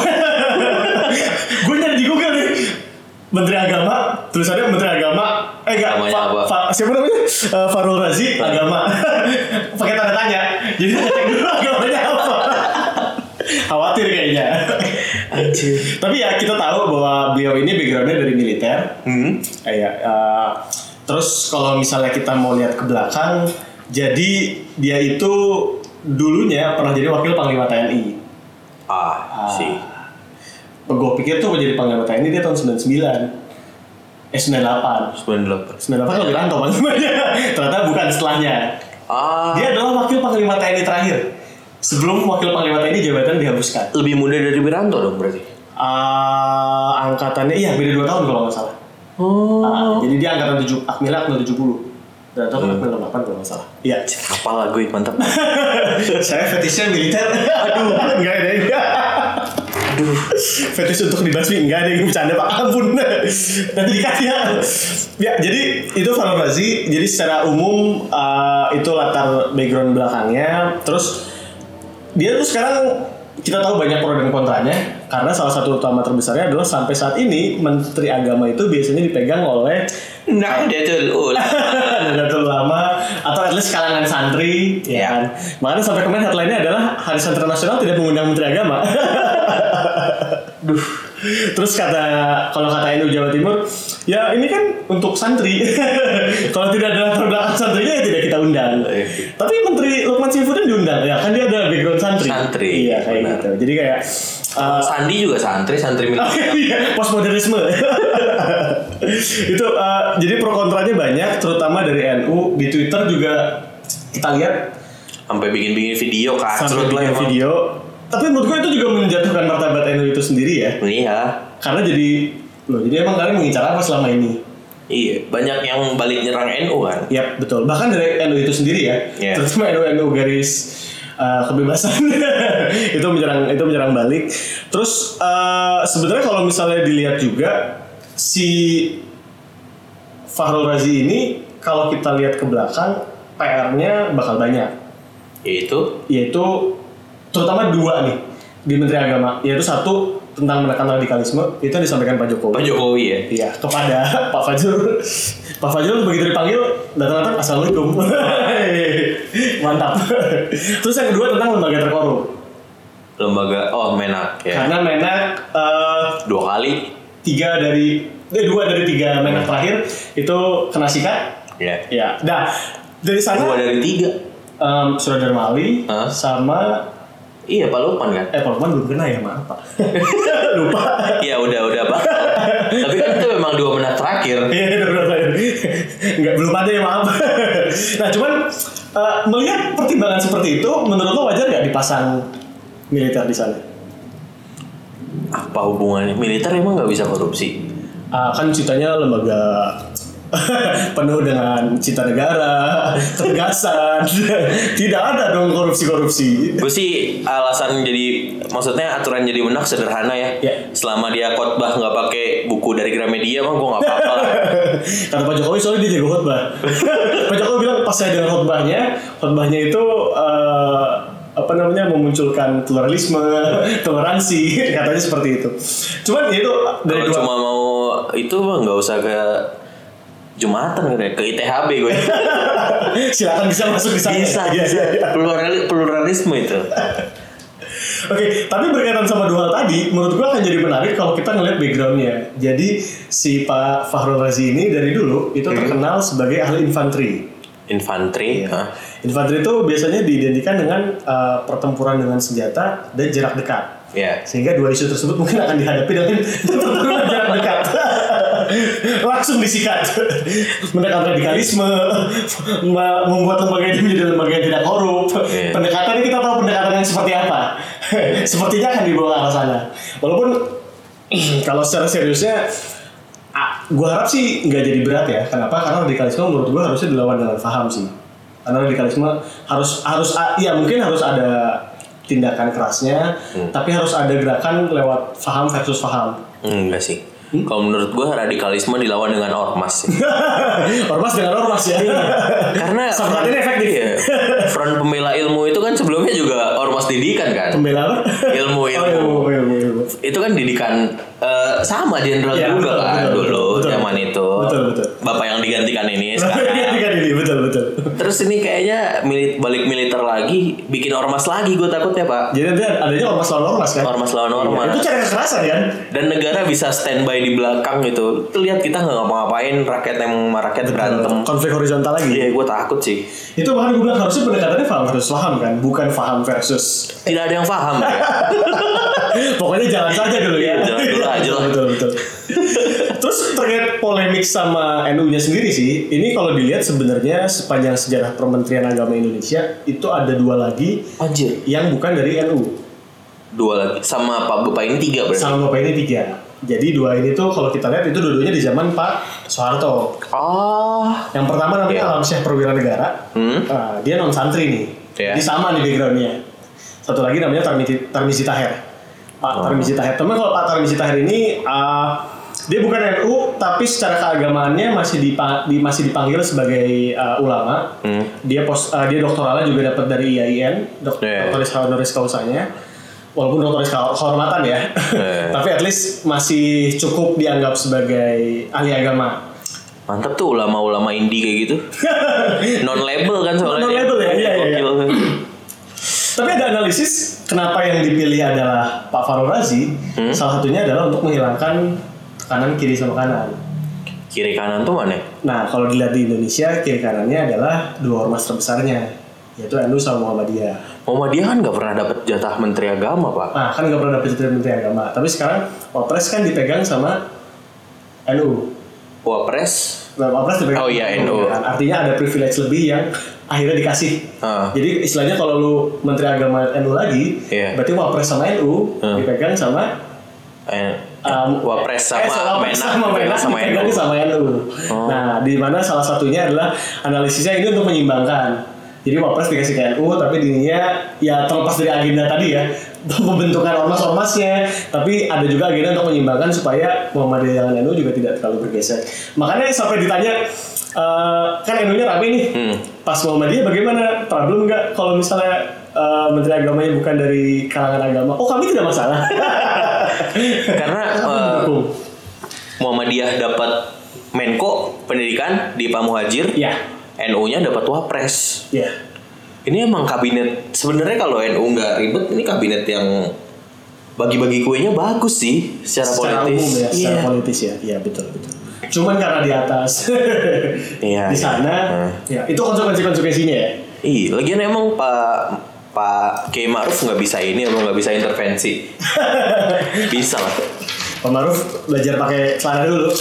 Gue nyari di Google nih. Menteri Agama, tulisannya Menteri Agama, eh enggak, fa, fa, siapa namanya? Uh, Farul Razi, agama. Pakai tanda tanya. Jadi saya cek dulu agamanya apa. Khawatir kayaknya. Anjir. Tapi ya kita tahu bahwa beliau ini backgroundnya dari militer. Hmm. Kayak uh, terus kalau misalnya kita mau lihat ke belakang, jadi dia itu dulunya pernah jadi wakil Panglima T N I. Ah, uh, sih. Gue pikir tuh menjadi Panglima T N I dia tahun sembilan puluh sembilan. Eh sembilan puluh delapan. sembilan puluh delapan. sembilan puluh delapan kalau Wiranto Panglimanya. Ternyata bukan setelahnya. Ah. Dia adalah wakil Panglima T N I terakhir. Sebelum wakil Panglima T N I jabatan dihapuskan. Lebih muda dari Wiranto dong berarti. Uh, angkatannya iya beda dua tahun kalau nggak salah. Oh. Uh, jadi dia angkatan tujuh, Akmila angkatan tujuh puluh. Dan tahun Akmila delapan kalau nggak salah. Iya. Apalah gue mantap. Saya fetishnya militer. Aduh, enggak ada enggak. Aduh, fetish untuk dibasmi enggak ada yang bercanda Pak, ampun. Nanti dikasih ya. Ya, jadi itu Farul Razi. Jadi secara umum uh, itu latar background belakangnya. Terus dia tuh sekarang kita tahu banyak pro dan kontranya karena salah satu utama terbesarnya adalah sampai saat ini Menteri Agama itu biasanya dipegang oleh Nahdlatul Ulama. Nahdlatul Ulama atau at least kalangan santri, ya kan. Makanya sampai kemarin headline-nya adalah Hari Santri Nasional tidak mengundang Menteri Agama. Duh. Terus kata kalau kata N U Jawa Timur, ya ini kan untuk santri. Kalau tidak ada latar belakang santrinya ya tidak kita undang. Tapi Menteri Lukman Saifuddin diundang, ya kan dia ada background santri. Santri. Iya kayak benar. Gitu. Jadi kayak Uh, Sandi juga santri, santri militer. Iya, postmodernisme. Itu uh, jadi pro kontranya banyak, terutama dari N U. Di Twitter juga kita lihat sampai bikin-bikin video kacrut lah emang. Video. Tapi menurut gue itu juga menjatuhkan martabat N U itu sendiri ya. Iya. Karena jadi loh, jadi emang kalian mengincar apa selama ini? Iya, banyak yang balik nyerang N U kan. Iya, betul. Bahkan dari N U itu sendiri ya. Yeah. Terutama N U N U garis uh, kebebasan itu menyerang itu menyerang balik. Terus uh, sebenarnya kalau misalnya dilihat juga si Fakhrul Razi ini kalau kita lihat ke belakang P R-nya bakal banyak. Yaitu Yaitu terutama dua nih di Menteri Agama, yaitu satu tentang menekan radikalisme, itu yang disampaikan Pak Jokowi. Pak Jokowi ya? Iya, kepada Pak Fajrul. Pak Fajrul begitu dipanggil, datang-datang assalamualaikum. Mantap. Terus yang kedua tentang lembaga terkorup. Lembaga, oh Menak ya. Karena Menak uh, dua kali. Tiga dari, eh, dua dari tiga Menak terakhir itu kena sikat. Ya. Ya. Nah, dari sana. Dua dari tiga. Um, Surya Dharma Ali huh? sama iya Pak Lukman kan? Eh Pak Lukman belum kena ya, maaf Pak. Lupa. Iya udah udah Pak. Tapi kan itu memang dua menit terakhir. Iya dua menit terakhir. Enggak belum ada ya, maaf. Nah cuman uh, melihat pertimbangan seperti itu, menurut lo wajar nggak dipasang militer di sana? Apa hubungannya? Militer emang nggak bisa korupsi? Uh, kan ceritanya lembaga penuh dengan cinta negara, ketegasan. Tidak ada dong korupsi-korupsi. Gue sih alasan jadi, maksudnya aturan jadi menak sederhana ya. Yeah. Selama dia khotbah nggak pakai buku dari Gramedia, mah gue nggak apa-apa lah. Karena Pak Jokowi soalnya dia jago khotbah. Pak Jokowi bilang pas saya dengar khotbahnya, khotbahnya itu uh, apa namanya memunculkan pluralisme, toleransi, katanya seperti itu. Cuman itu dari Kalau dua... cuma mau itu mah nggak usah ke Jumatan gitu ya, ke I T H B gue. Silakan bisa masuk di sana. Bisa, bisa. Pluralis, pluralisme itu. Oke, tapi berkaitan sama dua hal tadi, menurut gue akan jadi menarik kalau kita ngeliat backgroundnya. Jadi si Pak Fakhrul Razi ini dari dulu itu hmm. terkenal sebagai ahli infanteri. Infanteri? Ya. Infanteri itu biasanya diidentikan dengan uh, pertempuran dengan senjata dan jarak dekat. Yeah. Sehingga dua isu tersebut mungkin akan dihadapi dengan pertempuran jarak dekat. Langsung disikat. Menekan radikalisme, membuat lembaga ini menjadi lembaga yang tidak korup. Yeah. Pendekatan ini kita tahu pendekatan yang seperti apa. Sepertinya akan dibawa ke arah sana. Walaupun kalau secara seriusnya, ah, gue harap sih nggak jadi berat ya. Kenapa? Karena radikalisme menurut gue harusnya dilawan dengan paham sih. Karena radikalisme harus harus ya mungkin harus ada tindakan kerasnya, hmm. tapi harus ada gerakan lewat paham versus paham. Hmm, enggak sih. Hmm? Kalau menurut gue radikalisme dilawan dengan ormas. Ormas dengan ormas ya. Karena front ini efektif. Ya, front pembela ilmu itu kan sebelumnya juga ormas didikan kan. Pembela apa? Ilmu ilmu. Oh, ilmu, ilmu, ilmu. Itu kan didikan uh, sama jenderal ya, juga betul, kan betul, dulu betul, zaman betul, itu. Betul betul. Bapak yang digantikan ini sekarang. Digantikan ini betul betul. Terus ini kayaknya milit, balik militer lagi, bikin ormas lagi, gue takutnya Pak. Jadi adanya ormas lawan ormas kan? Ormas lawan ormas. Iya, itu cara kekerasan kan? Dan negara bisa standby di belakang gitu. Itu lihat kita nggak ngapa-ngapain, rakyat yang rakyat betul, berantem. Konflik horizontal lagi. Iya, gue takut sih. Itu bahkan gue bilang harusnya pendekatannya paham versus paham kan, bukan paham versus. Tidak ada yang paham ya. Pokoknya jalan saja dulu ya. Jalan dulu aja lah. Betul betul. Terus terkait polemik sama N U-nya sendiri sih, ini kalau dilihat sebenarnya sepanjang sejarah Kementerian Agama Indonesia itu ada dua lagi Anjir. yang bukan dari N U. Dua lagi. Sama Pak Bapak ini tiga berarti. Sama Bapak ini tiga. Jadi dua ini tuh kalau kita lihat itu dua-duanya di zaman Pak Soeharto. Oh. Yang pertama namanya yeah. Alamsyah Perwira Negara. Hmm? Nah, dia non santri nih. Yeah. Dia sama nih backgroundnya. Satu lagi namanya Tarmizi, Tarmizi Taher. Pak oh. Tarmizi Taher. Teman kalau Pak Tarmizi Taher ini uh, dia bukan N U tapi secara keagamaannya masih dipang, di, masih dipanggil sebagai uh, ulama. Hmm. Dia pos, uh, dia doktoralnya juga dapat dari I A I N, dok, yeah. doktoris honoris causanya. Walaupun doktoris kehormatan ya, yeah. tapi at least masih cukup dianggap sebagai ahli agama. Mantap tuh ulama-ulama indie kayak gitu. Non label kan soalnya. Non label ya, iya iya. Tapi ada analisis kenapa yang dipilih adalah Pak Fakhrul Razi. Hmm? Salah satunya adalah untuk menghilangkan kanan kiri sama kanan. Kiri kanan tuh mana? Nah kalau dilihat di Indonesia kiri kanannya adalah dua ormas terbesarnya, yaitu N U sama Muhammadiyah. Muhammadiyah kan nggak pernah dapat jatah Menteri Agama, Pak. Nah, kan nggak pernah dapat jatah Menteri Agama. Tapi sekarang Wapres kan dipegang sama N U. Wapres? Nah, Wapres dipegang. Oh iya, N U. Kan? Artinya ada privilege lebih yang akhirnya dikasih. Uh. Jadi istilahnya kalau lu Menteri Agama N U lagi, yeah. berarti Wapres sama N U uh. dipegang sama eh, um, Wapres sama eh, Menak sama Menak sama N U. Sama N U. Oh. Nah, di mana salah satunya adalah analisisnya ini untuk menyeimbangkan. Jadi Wapres dikasih ke N U, tapi dirinya ya terlepas dari agenda tadi ya, pembentukan ormas-ormasnya, tapi ada juga agenda untuk menyeimbangkan supaya Muhammadiyah dengan N U juga tidak terlalu bergeser. Makanya sampai ditanya, uh, kan N U-nya rame nih, hmm. pas Muhammadiyah bagaimana? Problem nggak kalau misalnya uh, Menteri Agamanya bukan dari kalangan agama? Oh, kami tidak masalah. Karena uh, Muhammadiyah dapat Menko Pendidikan di Pak Muhadjir. Ya. N U-nya dapat Wapres. Iya. Yeah. Ini emang kabinet, sebenarnya kalau N U nggak ribet, ini kabinet yang bagi-bagi kuenya bagus sih secara, secara politis. Umum ya, secara yeah. politis ya. Iya, betul betul. Cuman karena di atas yeah, di sana yeah. ya itu konsekuensi-konsekuensinya ya. Iya, lagian emang Pak Pak Kiai Ma'ruf nggak bisa ini, emang nggak bisa intervensi. Bisa lah. Pak Ma'ruf belajar pakai celana dulu.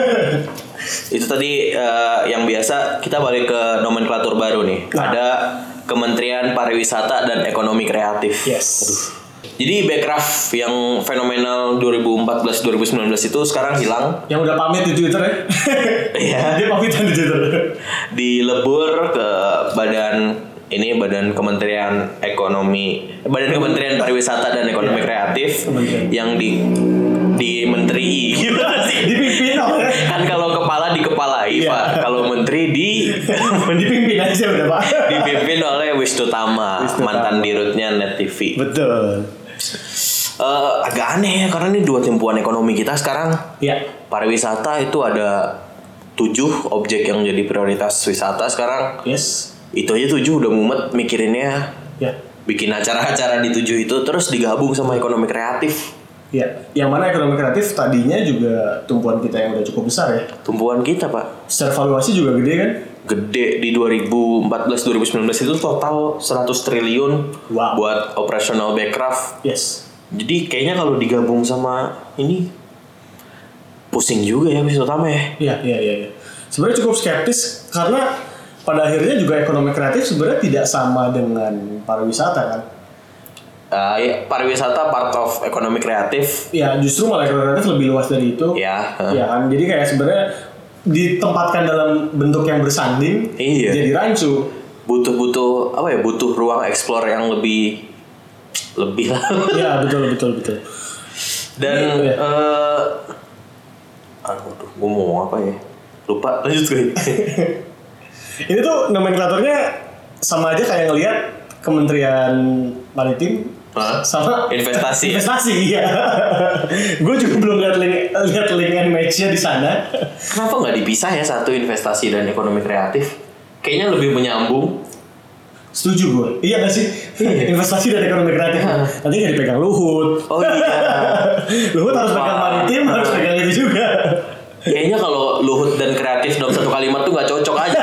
Itu tadi uh, yang biasa. Kita balik ke nomenklatur baru nih. Nah. Ada Kementerian Pariwisata dan Ekonomi Kreatif. Yes. Aduh. Jadi Bekraf yang fenomenal dua ribu empat belas dua ribu sembilan belas itu sekarang hilang. Yang udah pamit di Twitter ya. Iya. Dia pamitan di Twitter. Dilebur ke badan ini badan Kementerian Ekonomi, Badan Kementerian Pariwisata dan Ekonomi yeah. Kreatif Kementerian. Yang di di menteri gimana sih? Dipimpin oleh kan kalau kepala dikepalai yeah. Pak, kalau menteri di dipimpin aja udah Pak. Dipimpin oleh Wisnu Tama, Wisnu mantan Tama. Dirutnya Net T V. Betul. Uh, agak aneh ya karena ini dua tumpuan ekonomi kita sekarang. Iya. Yeah. Pariwisata itu ada tujuh objek yang jadi prioritas wisata sekarang. Yes. Itu aja tujuh udah mumet mikirinnya. Ya. Bikin acara-acara di tujuh itu terus digabung sama ekonomi kreatif. Ya, yang mana ekonomi kreatif tadinya juga tumpuan kita yang udah cukup besar ya. Tumpuan kita Pak. Secara valuasi juga gede kan? Gede di dua ribu empat belas dua ribu sembilan belas itu total seratus triliun wow. buat operasional Bekraf. Yes. Jadi kayaknya kalau digabung sama ini pusing juga ya Wisnu Tama ya. Iya, iya, iya. Ya. Sebenarnya cukup skeptis karena pada akhirnya juga ekonomi kreatif sebenarnya tidak sama dengan pariwisata kan. Uh, ya, pariwisata part of ekonomi kreatif. Ya justru malah ekonomi kreatif lebih luas dari itu. Ya. Uh. Ya kan, jadi kayak sebenarnya ditempatkan dalam bentuk yang bersanding. Iya. Jadi rancu. Butuh-butuh apa ya? Butuh ruang explore yang lebih lebih lah. Ya betul betul betul. Dan ya, ya. Uh, aduh, gue mau ngomong apa ya? Lupa. Lanjut gue. Ini tuh nomenklaturnya sama aja kayak ngelihat Kementerian Maritim Hah? sama investasi. Investasi ya. Gue juga belum lihat link lihat link and match-nya di sana. Kenapa nggak dipisah ya satu investasi dan ekonomi kreatif? Kayaknya lebih menyambung. Setuju gue. Iya nggak sih? Investasi dan ekonomi kreatif. Nanti nggak dipegang Luhut. Oh iya. Luhut harus pegang maritim, harus pegang itu juga. Kayaknya kalau Luhut dan kreatif dalam satu kalimat tuh nggak cocok aja.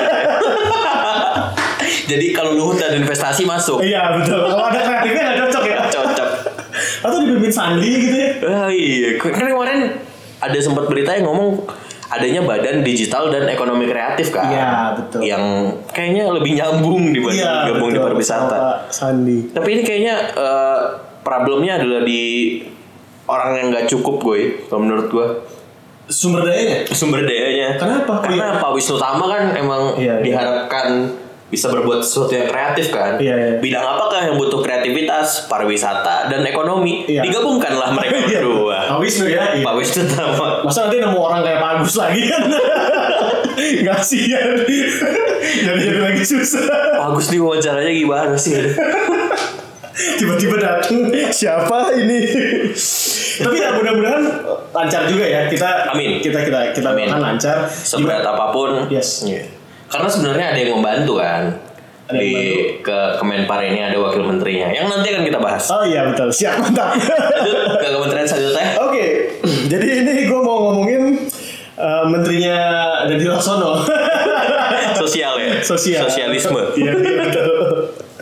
Jadi kalau Luhut dan investasi masuk. Iya betul. Kalau ada kreatifnya nggak cocok ya. Cocok. Atau dipimpin Sandi gitu ya. Oh iya. Kan kemarin ada sempat berita yang ngomong adanya badan digital dan ekonomi kreatif kan. Iya betul. Yang kayaknya lebih nyambung dibanding ya, gabung di pariwisata. Sandi. Tapi ini kayaknya uh, problemnya adalah di orang yang nggak cukup gue. Kalau menurut gue. Sumber dayanya? Sumber dayanya. Kenapa? Karena Pak Wisnu Tama kan emang iya, iya. diharapkan bisa berbuat sesuatu yang kreatif kan. Iya, iya. Bidang apakah yang butuh kreativitas? Pariwisata dan ekonomi. Iya. Digabungkanlah mereka berdua. Pak Wisnu ya. Pak Wisnu Tama. Masa nanti nemu orang kayak Pak Agus lagi kan? Gak kasihan. Jadi-jadi lagi susah. Pak Agus nih wawancaranya gimana sih? Tiba-tiba datang siapa ini? Tapi ya mudah-mudahan lancar juga ya kita. Amin. Kita kita kita Amin. akan lancar. Seberat Gimana? Apapun. Yes. Yeah. Karena sebenarnya ada yang membantu kan. Ada di membantu. Ke Kemenpar ini ada wakil menterinya yang nanti akan kita bahas. Oh iya betul. Siap mantap. Lanjut ke kementerian selanjutnya. Oke. Okay. Jadi ini gue mau ngomongin uh, menterinya Dadi Laksono. Sosial ya. Sosial. Sosialisme. Iya betul.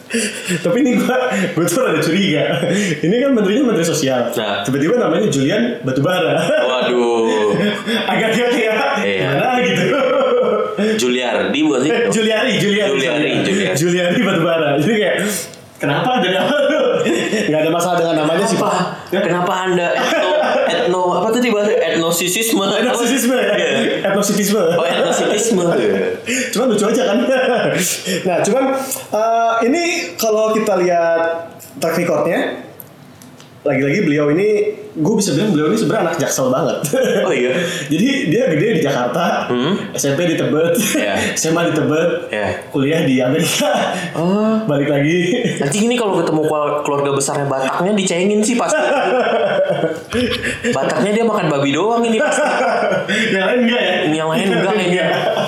Tapi ini gue gue tuh ada curiga. Ini kan menterinya menteri sosial. Nah. Tiba-tiba namanya Julian Batubara. Waduh. Agak-agak kayak Iya. gimana gitu. Juliardi bukan sih? Juliari, Juliari, Juliari, Juliari. Juliari Batubara. Jadi kayak kenapa ada nama lu? Gak ada masalah dengan namanya sih Apa? Pak. Kenapa anda etno etno apa tuh bahasa etnosisisme? Etnosisisme ya? Iya. Etnositisme. Oh etnosisisme. Cuman lucu aja kan. Nah cuman uh, ini kalau kita lihat track recordnya, lagi-lagi beliau ini, gue bisa bilang beliau ini sebenarnya anak Jaksel banget. Oh iya. Jadi dia gede di Jakarta, Hmm? S M P di Tebet, Iya. S M A di Tebet, Iya. kuliah di Amerika. Oh. Balik lagi. Nanti ini kalau ketemu kelu- keluarga besarnya Bataknya dicengin sih pasti. Bataknya dia makan babi doang ini pasti. Yang lain enggak ya? Yang lain enggak kayaknya.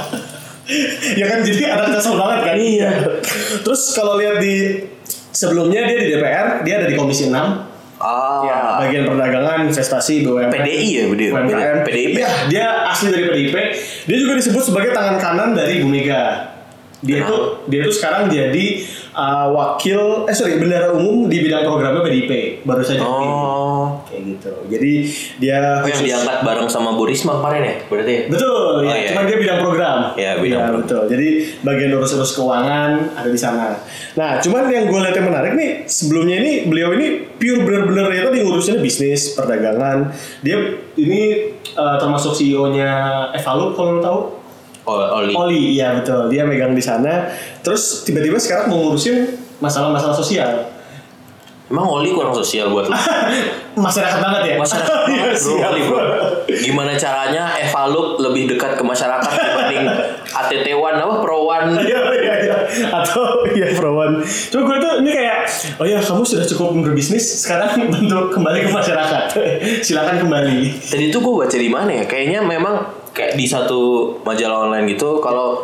Ya kan jadi anak Jaksel banget kan. Iya. Terus kalau lihat di sebelumnya dia di D P R, dia ada di Komisi enam. Ah. Ya, bagian perdagangan, investasi, B U M N. P D I ya, Bu Dio? U M K M. P D I P. Iya, dia asli dari P D I P. Dia juga disebut sebagai tangan kanan dari Bu Mega. Dia itu dia itu sekarang jadi uh, wakil eh sorry bendara umum di bidang programnya P D I P baru saja dipilih. Oh. Kayak gitu. Jadi dia Oh yang diangkat bareng sama Bu Risma kemarin ya? Berarti ya? betul, Oh, ya. iya. Cuman dia bidang program. Iya, bidang program. betul. Jadi bagian urus-urus keuangan ada di sana. Nah, cuman yang gue lihat yang menarik nih, sebelumnya ini beliau ini pure bener-bener ya tadi ngurusinnya bisnis, perdagangan. Dia ini uh, termasuk C E O-nya Evalup kalau lo tahu. Oh, Oli. Oli, iya betul. Dia megang di sana. Terus tiba-tiba sekarang mau ngurusin masalah-masalah sosial. Emang Oli kurang sosial buat lo? Masyarakat banget ya? Masyarakat Iya, bro, siap. Oli, bro. Gimana caranya Evalup lebih dekat ke masyarakat dibanding A T T One apa Prowan? Iya, iya, iya. Atau iya Prowan. Cuma gue tuh ini kayak, oh ya kamu sudah cukup berbisnis, sekarang bentuk kembali ke masyarakat. Silakan kembali. Tadi tuh gue baca di mana ya? Kayaknya memang kayak di satu majalah online gitu kalau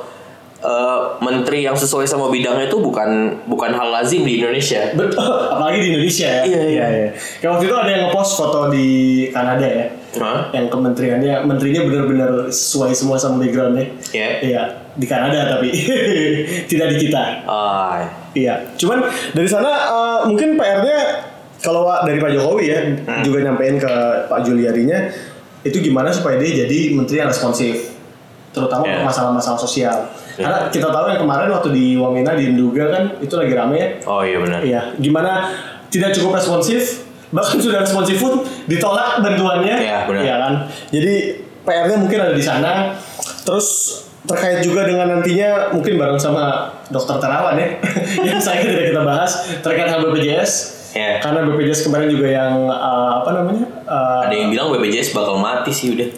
uh, menteri yang sesuai sama bidangnya itu bukan bukan hal lazim di Indonesia. Betul, apalagi di Indonesia ya. Iya, iya. Kayak waktu itu ada yang ngepost foto di Kanada ya. Hah? Yang kementeriannya, menterinya benar-benar sesuai semua sama backgroundnya. Iya. Iya, di Kanada tapi tidak di kita. Ah, Iya, cuman dari sana uh, mungkin P R-nya kalau dari Pak Jokowi ya Hmm. juga nyampein ke Pak Juliarinya itu gimana supaya dia jadi menteri yang responsif, terutama Yeah. untuk masalah-masalah sosial. Yeah. Karena kita tahu yang kemarin waktu di Wamena di Nduga kan itu lagi rame ya. oh iya benar. Iya, gimana tidak cukup responsif, bahkan sudah responsif pun ditolak bantuannya. Iya, benar. Iya kan. Jadi P R-nya mungkin ada di sana. Terus terkait juga dengan nantinya mungkin bareng sama Dokter Terawan ya, yang saya tidak kita bahas terkait sama B P J S. Iya. Karena B P J S kemarin juga yang uh, apa namanya? Uh, Ada yang bilang B P J S bakal mati sih udah.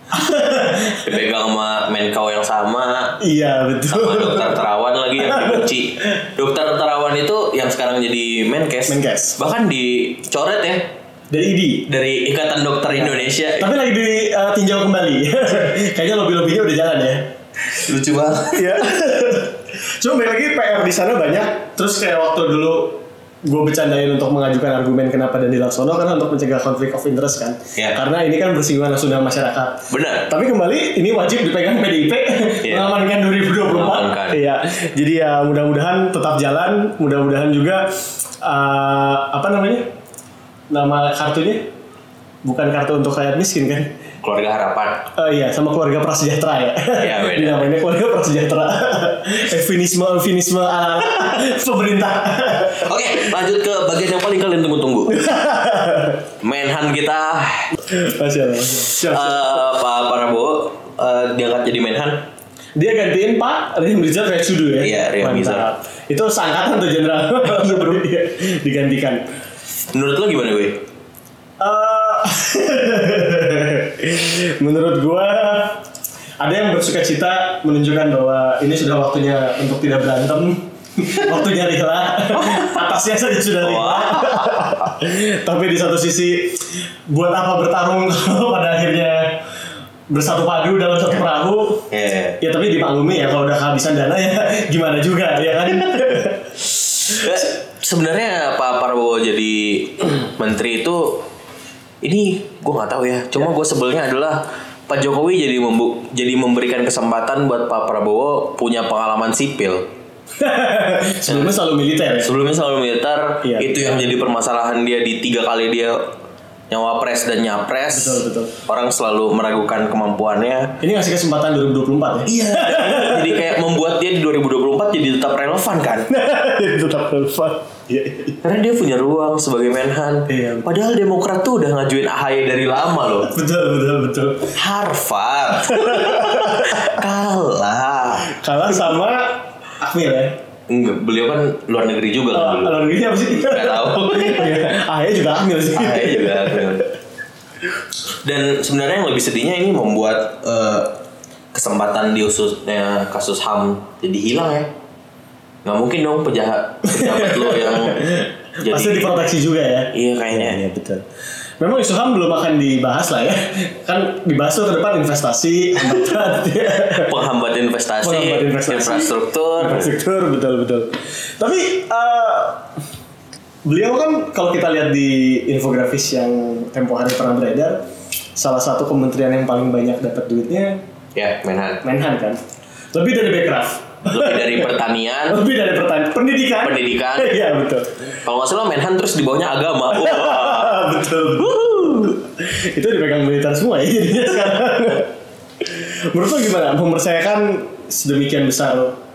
Dipegang sama Menkau yang sama. Iya betul. Sama Dokter Terawan lagi yang dibenci. Dokter Terawan itu yang sekarang jadi Menkes. Menkes. Bahkan dicoret ya Dari I D. dari Ikatan Dokter Indonesia. Tapi lagi ditinjau kembali. Kayaknya lobby-lobbynya udah jalan ya. Lucu banget. Iya. Cuma balik lagi P R di sana banyak. Terus kayak waktu dulu gue bercandain untuk mengajukan argumen kenapa Dandi Laksono karena untuk mencegah konflik of interest kan. Iya. Karena ini kan bersinggungan langsung dengan masyarakat. Benar. Tapi kembali ini wajib dipegang P D I P Iya. mengamankan dua ribu dua puluh empat. Mengamankan. Iya. Jadi ya mudah-mudahan tetap jalan, mudah-mudahan juga uh, apa namanya? Nama kartunya bukan kartu untuk rakyat miskin kan? Keluarga Harapan. Oh iya, sama keluarga prasejahtera ya. Iya, beda. Di namanya keluarga prasejahtera. Evinisme, evinisme ala pemerintah. Oke, lanjut ke bagian yang paling kalian tunggu-tunggu. Menhan kita Masya Allah. Siap, siap. eh, Pak Prabowo eh, diangkat jadi Menhan. Dia gantiin Pak Riam Rizal kayak sudu ya. Iya, Riam Rizal. Mantap. Itu seangkatan tuh jenderal. Iya bro. Digantikan. Menurut lo gimana gue? Eh, menurut gua ada yang bersuka cita menunjukkan bahwa ini sudah waktunya untuk tidak berantem. Waktunya rela. Atasnya saja sudah rela. Tapi di satu sisi buat apa bertarung kalau pada akhirnya bersatu padu dalam satu perahu. Yeah. Ya tapi dimaklumi ya kalau udah kehabisan dana ya gimana juga ya kan. Eh, Sebenarnya Pak Prabowo jadi menteri itu ini gue nggak tahu ya. Cuma gue sebelnya adalah Pak Jokowi jadi membu jadi memberikan kesempatan buat Pak Prabowo punya pengalaman sipil. Sebelumnya selalu militer ya? Sebelumnya selalu militer. Iya. Itu yang jadi permasalahan dia di tiga kali dia nyawapres dan nyapres. Betul, betul. Orang selalu meragukan kemampuannya. Ini ngasih kesempatan dua ribu dua puluh empat ya? Iya. Jadi kayak membuat dia di dua ribu dua puluh empat jadi tetap relevan kan? Jadi tetap relevan. Iya. Karena dia punya ruang sebagai Menhan. Iya. Padahal Demokrat tuh udah ngajuin A H Y dari lama loh. Betul, betul, betul. Harvard. Kalah. Kalah sama Akmil ya? Enggak, beliau kan luar negeri juga kan Oh, dulu. luar negeri apa sih? Enggak tahu. Ahaya juga Akmil sih. A H Y juga. Dan sebenarnya yang lebih sedihnya ini membuat eh, kesempatan diusutnya kasus H A M jadi hilang ya. Nggak mungkin dong pejahat pejabat lo yang jadi Pasti diproteksi juga ya? Iya kayaknya. Iya, betul. Memang isu H A M belum akan dibahas lah ya. Kan dibahas tuh ke depan investasi, hambatan, Penghambat investasi, Penghambat investasi, infrastruktur. infrastruktur, betul betul. Tapi uh, beliau kan kalau kita lihat di infografis yang tempo hari pernah beredar, salah satu kementerian yang paling banyak dapat duitnya Ya, Menhan. Menhan kan. Lebih dari Bekraf. Lebih dari pertanian, Lebih dari pertanian, pendidikan. pendidikan. Iya betul. Kalau nggak salah Menhan terus di bawahnya agama. Wah. betul. Itu dipegang militer semua ya jadinya sekarang. Menurut lo gimana? Mempercayakan sedemikian besar?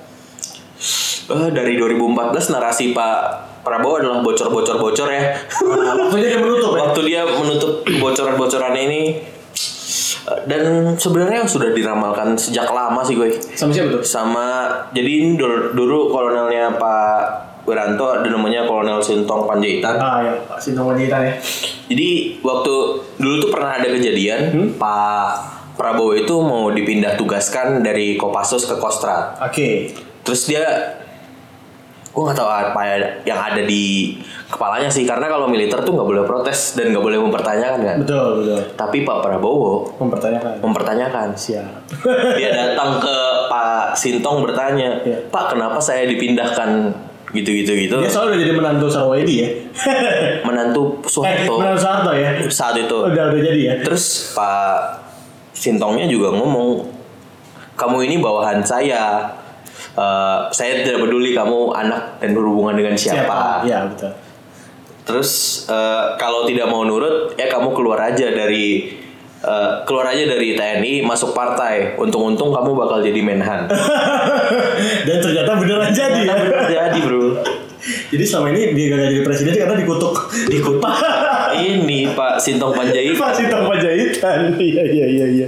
Eh, dari dua ribu empat belas narasi Pak Prabowo adalah bocor-bocor-bocor ya. Waktunya dia menutup ya? Waktu dia menutup bocoran-bocorannya ini. Eh, Dan sebenarnya sudah diramalkan sejak lama sih gue. Sama siapa tuh? Sama jadi ini dulu, dulu kolonelnya Pak Wiranto ada namanya Kolonel Sintong Panjaitan. Ah ya, Pak Sintong Panjaitan ya. Jadi waktu dulu tuh pernah ada kejadian Hmm? Pak Prabowo itu mau dipindah tugaskan dari Kopassus ke Kostrad. Oke. Terus dia, gue nggak tahu apa yang ada di kepalanya sih, karena kalau militer tuh nggak boleh protes dan nggak boleh mempertanyakan kan. Betul betul. Tapi Pak Prabowo Mempertanyakan. mempertanyakan. Siap. Dia datang ke Pak Sintong bertanya, Iya. Pak kenapa saya dipindahkan gitu-gitu gitu. Dia soalnya udah jadi menantu Sarwaedi ya. Menantu eh, Soeharto menantu Soeharto ya. saat itu. Udah udah jadi ya. Terus Pak Sintongnya juga ngomong, kamu ini bawahan saya. Eh, saya tidak peduli kamu anak dan berhubungan dengan siapa. Iya betul. Terus eh, kalau tidak mau nurut, ya kamu keluar aja dari eh, keluar aja dari T N I, masuk partai. Untung-untung kamu bakal jadi Menhan. Dan ternyata beneran jadi ya. Jadi bro. Jadi selama ini dia gagal jadi presiden karena dikutuk. Dikutuk. Ini Pak Sintong Panjaitan. Pak Sintong Panjaitan. Iya iya iya iya.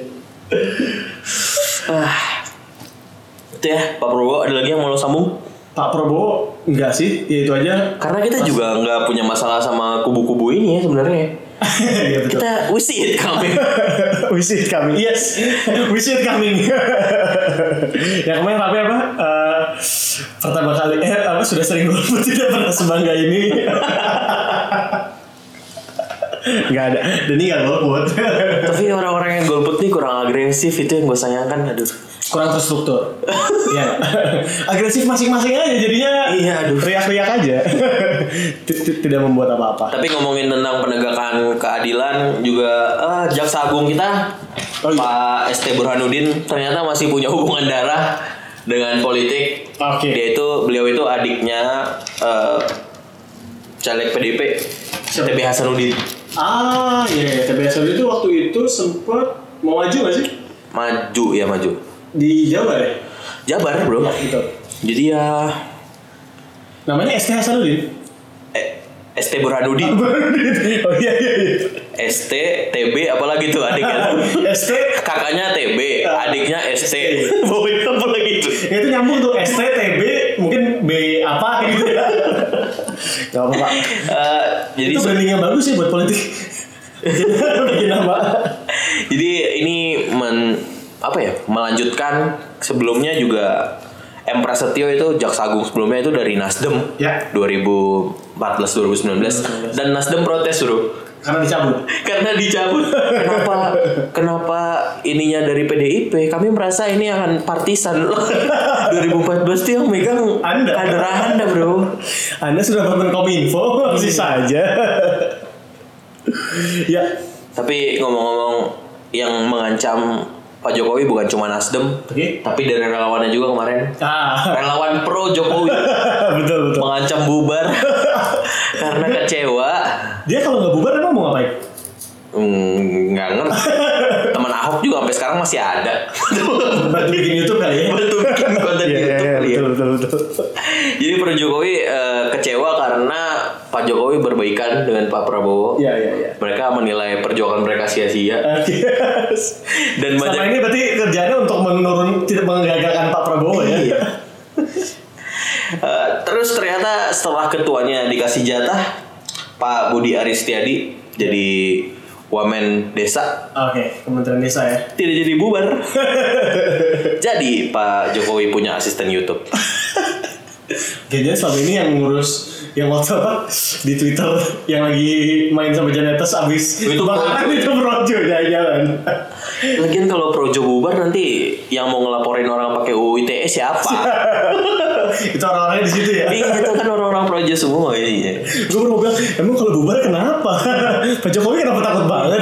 Ah, itu ya Pak Prabowo. Ada lagi yang mau lo sambung? Pak Prabowo enggak sih, ya itu aja. Karena kita juga nggak punya masalah sama kubu-kubu ini ya sebenarnya. Iya betul. Kita we see it coming. We see it coming. Yes, we see it coming. Yang kemarin apa apa? Uh, pertama kali eh apa sudah sering golput tidak pernah sebangga ini. Gak ada. Dan ini gak golput. Tapi orang-orang yang golput nih kurang agresif, itu yang gue sayangkan. Aduh. Kurang terstruktur. Iya. Agresif masing-masing aja jadinya. Iya, aduh. Riak-riak aja. Tidak membuat apa-apa. Tapi ngomongin tentang penegakan keadilan juga, ah, Jaksa Agung kita Oh, iya. Pak S T Burhanuddin ternyata masih punya hubungan darah dengan politik. Oke. Dia itu beliau itu adiknya eh, caleg P D P T B Hasanuddin. Ah, iya, iya. T B S itu waktu itu sempat mau maju gak sih? Maju ya maju. Di Jawa ya? Jabar bro. Gitu. Jadi ya Namanya S T Hasanuddin. eh, S T Burhanuddin. Oh iya iya iya. S T T B apalagi tuh adiknya. S T Kakaknya T B, adiknya S T. Bawa apa lagi itu? itu nyambung tuh S T T B mungkin B apa gitu ya. Gak apa-apa. Eh, jadi Itu brandingnya bagus sih buat politik. Bikin nama. Jadi ini men apa ya? Melanjutkan sebelumnya juga M Prasetyo itu Jaksa Agung sebelumnya itu dari Nasdem. Ya. dua ribu empat belas dua ribu sembilan belas dan Nasdem protes bro. Karena dicabut. Karena dicabut. Kenapa kenapa ininya dari P D I P? Kami merasa ini akan partisan. dua ribu empat belas tuh yang megang Anda. kader Anda, bro. Anda sudah Menkominfo, masih saja. Ya. Tapi ngomong-ngomong yang mengancam Pak Jokowi bukan cuma Nasdem, Oke. tapi dari relawannya juga kemarin. Ah. Relawan pro Jokowi betul betul. mengancam bubar karena kecewa. Dia kalau nggak bubar emang mau ngapain? Hmm, nggak ngerti. Teman Ahok juga sampai sekarang masih ada. Bantu bikin YouTube kali ya. Bantu bikin konten Iya, YouTube iya, kali ya. betul betul betul. Jadi pro Jokowi eh, kecewa karena Pak Jokowi berbaikan dengan Pak Prabowo. Iya iya iya. Mereka menilai perjuangan mereka sia-sia. Yes. Dan Selama banyak ini berarti kerjanya untuk menurun, tidak menggagalkan Pak Prabowo ya. Iya. Eh, terus ternyata setelah ketuanya dikasih jatah, Pak Budi Aristiadi jadi wamen desa, Oke, Kementerian Desa ya. tidak jadi bubar. Jadi Pak Jokowi punya asisten YouTube. Kayaknya selama ini yang ngurus yang waktu apa di Twitter yang lagi main sama Janetes abis Itu bakaran itu Projo jalan-jalan. Lagian kalau Projo bubar nanti yang mau ngelaporin orang pakai U U I T E siapa? Itu orang-orangnya di situ ya. Iya, itu kan orang-orang Projo semua ini. Gue baru mau bilang, emang kalau bubar kenapa? Pak Jokowi kenapa takut banget?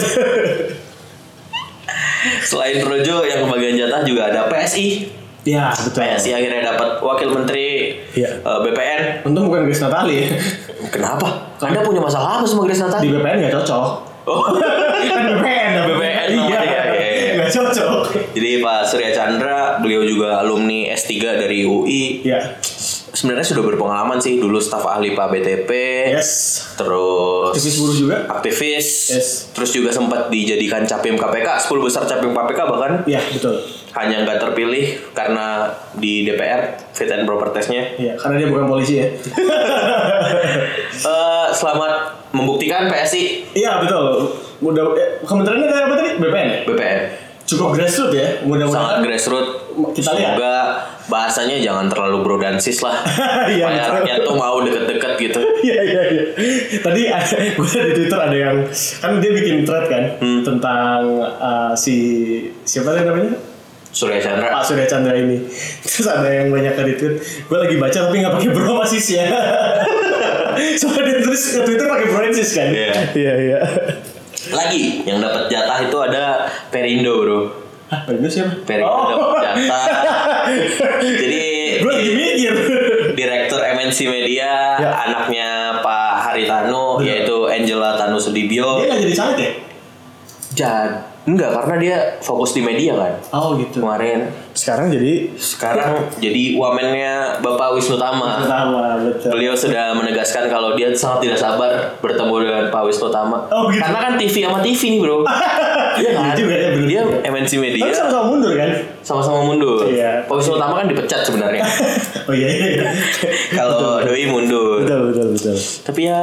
Selain Projo yang kebagian jatah juga ada P S I. Ya betul. P S I akhirnya dapat wakil menteri Iya. eh, B P N. Untung bukan Grace Natali ya. Kenapa? Anda punya masalah apa sama Grace Di Natali? B P N nggak cocok. Oh. Kan B P N. B P N Iya. namanya, iya, iya. Nggak cocok. Jadi Pak Surya Chandra, beliau juga alumni S tiga dari U I. Iya. Sebenarnya sudah berpengalaman sih, dulu staf ahli Pak B T P. Yes. Terus Aktivis buruh juga. aktivis. Yes. Terus juga sempat dijadikan capim K P K, sepuluh besar capim K P K bahkan. Iya betul. Hanya nggak terpilih karena di D P R fit and proper testnya. Iya, karena dia bukan polisi ya. Eh, selamat membuktikan P S I. Iya betul. Mudah. Eh, kementeriannya dari apa tadi? B P N ya. B P N Cukup grassroots ya. sangat Mudah-mudahan. grassroots. Kita lihat. Semoga bahasanya jangan terlalu brodansis lah. Iya, Supaya betul. rakyat tuh mau deket-deket gitu. Iya iya iya. Tadi ada, gue di Twitter ada yang kan dia bikin thread kan Hmm. tentang uh, si siapa dia namanya? Surya Chandra. Pak Surya Chandra ini. Terus ada yang banyak retweet. Gue lagi baca tapi nggak pakai bromasis ya. Soalnya dia tulis ke Twitter pakai bromasis kan. Iya. Iya iya. Lagi yang dapat jatah itu ada Perindo, Bro. Hah, Perindo siapa? Perindo Oh. dapat jatah. Jadi Gue lagi mikir. Direktur M N C Media, Ya. anaknya Pak Haritanu, Betul. yaitu Angela Tanu Sudibyo. Dia nggak jadi caleg ya? Jad, enggak karena dia fokus di media kan Oh gitu. kemarin. Sekarang jadi Sekarang jadi wamennya Bapak Wisnu Tama. pertama betul. Beliau sudah menegaskan kalau dia sangat tidak sabar bertemu dengan Pak Wisnu Tama. Oh, gitu. Karena kan T V sama T V nih, Bro. Iya kan? Iya juga ya, bener. Dia M N C Media Tapi sama-sama mundur kan? sama-sama mundur. Iya. Pak Wisnu Tama kan dipecat sebenarnya. Oh iya iya. iya. Kalau Doi mundur. Betul betul betul. Tapi ya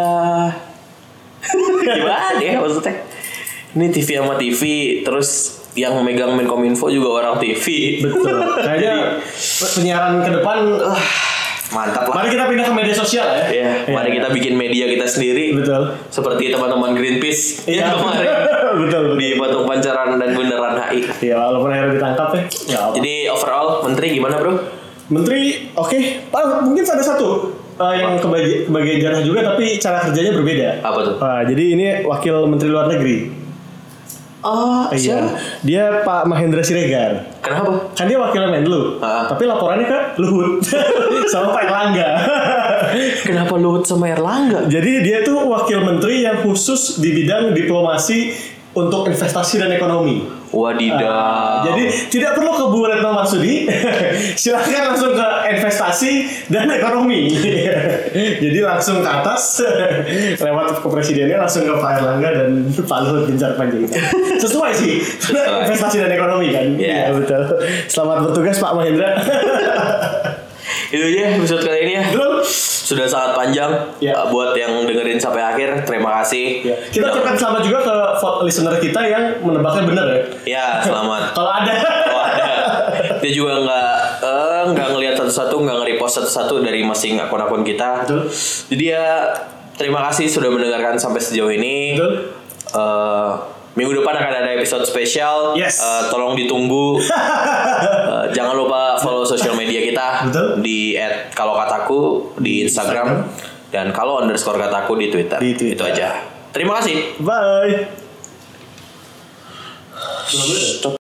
gimana ya maksudnya? Ini T V sama T V, terus yang memegang Menkominfo juga orang T V. Betul. Kayaknya penyiaran ke depan Ah, mantap lah. mari kita pindah ke media sosial ya. Ya, mari kita bikin media kita sendiri. Betul. Seperti teman-teman Greenpeace Iya. yang kemarin betul. betul. di Patung Pancoran dan Bundaran H I. Ya walaupun akhirnya ditangkap ya. Ya apa. Jadi overall menteri gimana, Bro? Menteri oke. Pak mungkin ada satu uh, yang kebagi kebagian jatah juga tapi cara kerjanya berbeda. Apa tuh? Uh, jadi ini wakil Menteri Luar Negeri. Oh, Iya. Dia Pak Mahendra Siregar. Kenapa? Kan dia wakil Menlu. Ah. Tapi laporannya ke Luhut sama Pak Erlangga. Kenapa Luhut sama Erlangga? Jadi dia tuh wakil menteri yang khusus di bidang diplomasi untuk investasi dan ekonomi. Wadidaw. Ah, jadi tidak perlu ke Bu Retno Marsudi, silakan langsung ke investasi dan ekonomi. Jadi langsung ke atas, lewat ke presidennya langsung ke Pak Erlangga dan Pak Luhut Binsar Panjaitan. Sesuai sih, Sesuai. investasi dan ekonomi kan. Iya. Iya betul. Selamat bertugas Pak Mahendra. Itu aja episode kali ini ya. Betul. Sudah sangat panjang. Ya. Uh, Buat yang dengerin sampai akhir, terima kasih. Ya. Kita ucapkan selamat juga ke vote listener kita yang menebaknya benar ya. Ya, selamat. Kalau ada. Oh, ada. Dia juga nggak eh, nggak ngelihat satu-satu, nggak nge-repost satu-satu dari masing akun-akun kita. Betul. Jadi ya terima kasih sudah mendengarkan sampai sejauh ini. Betul. Eh, minggu depan akan ada episode spesial. Yes. Eh, tolong ditunggu. Eh, jangan lupa follow sosial media kita. Betul. Di at kalau kataku di Instagram dan kalau underscore kataku di Twitter. Di Twitter. Itu aja. Terima kasih. Bye. Stop.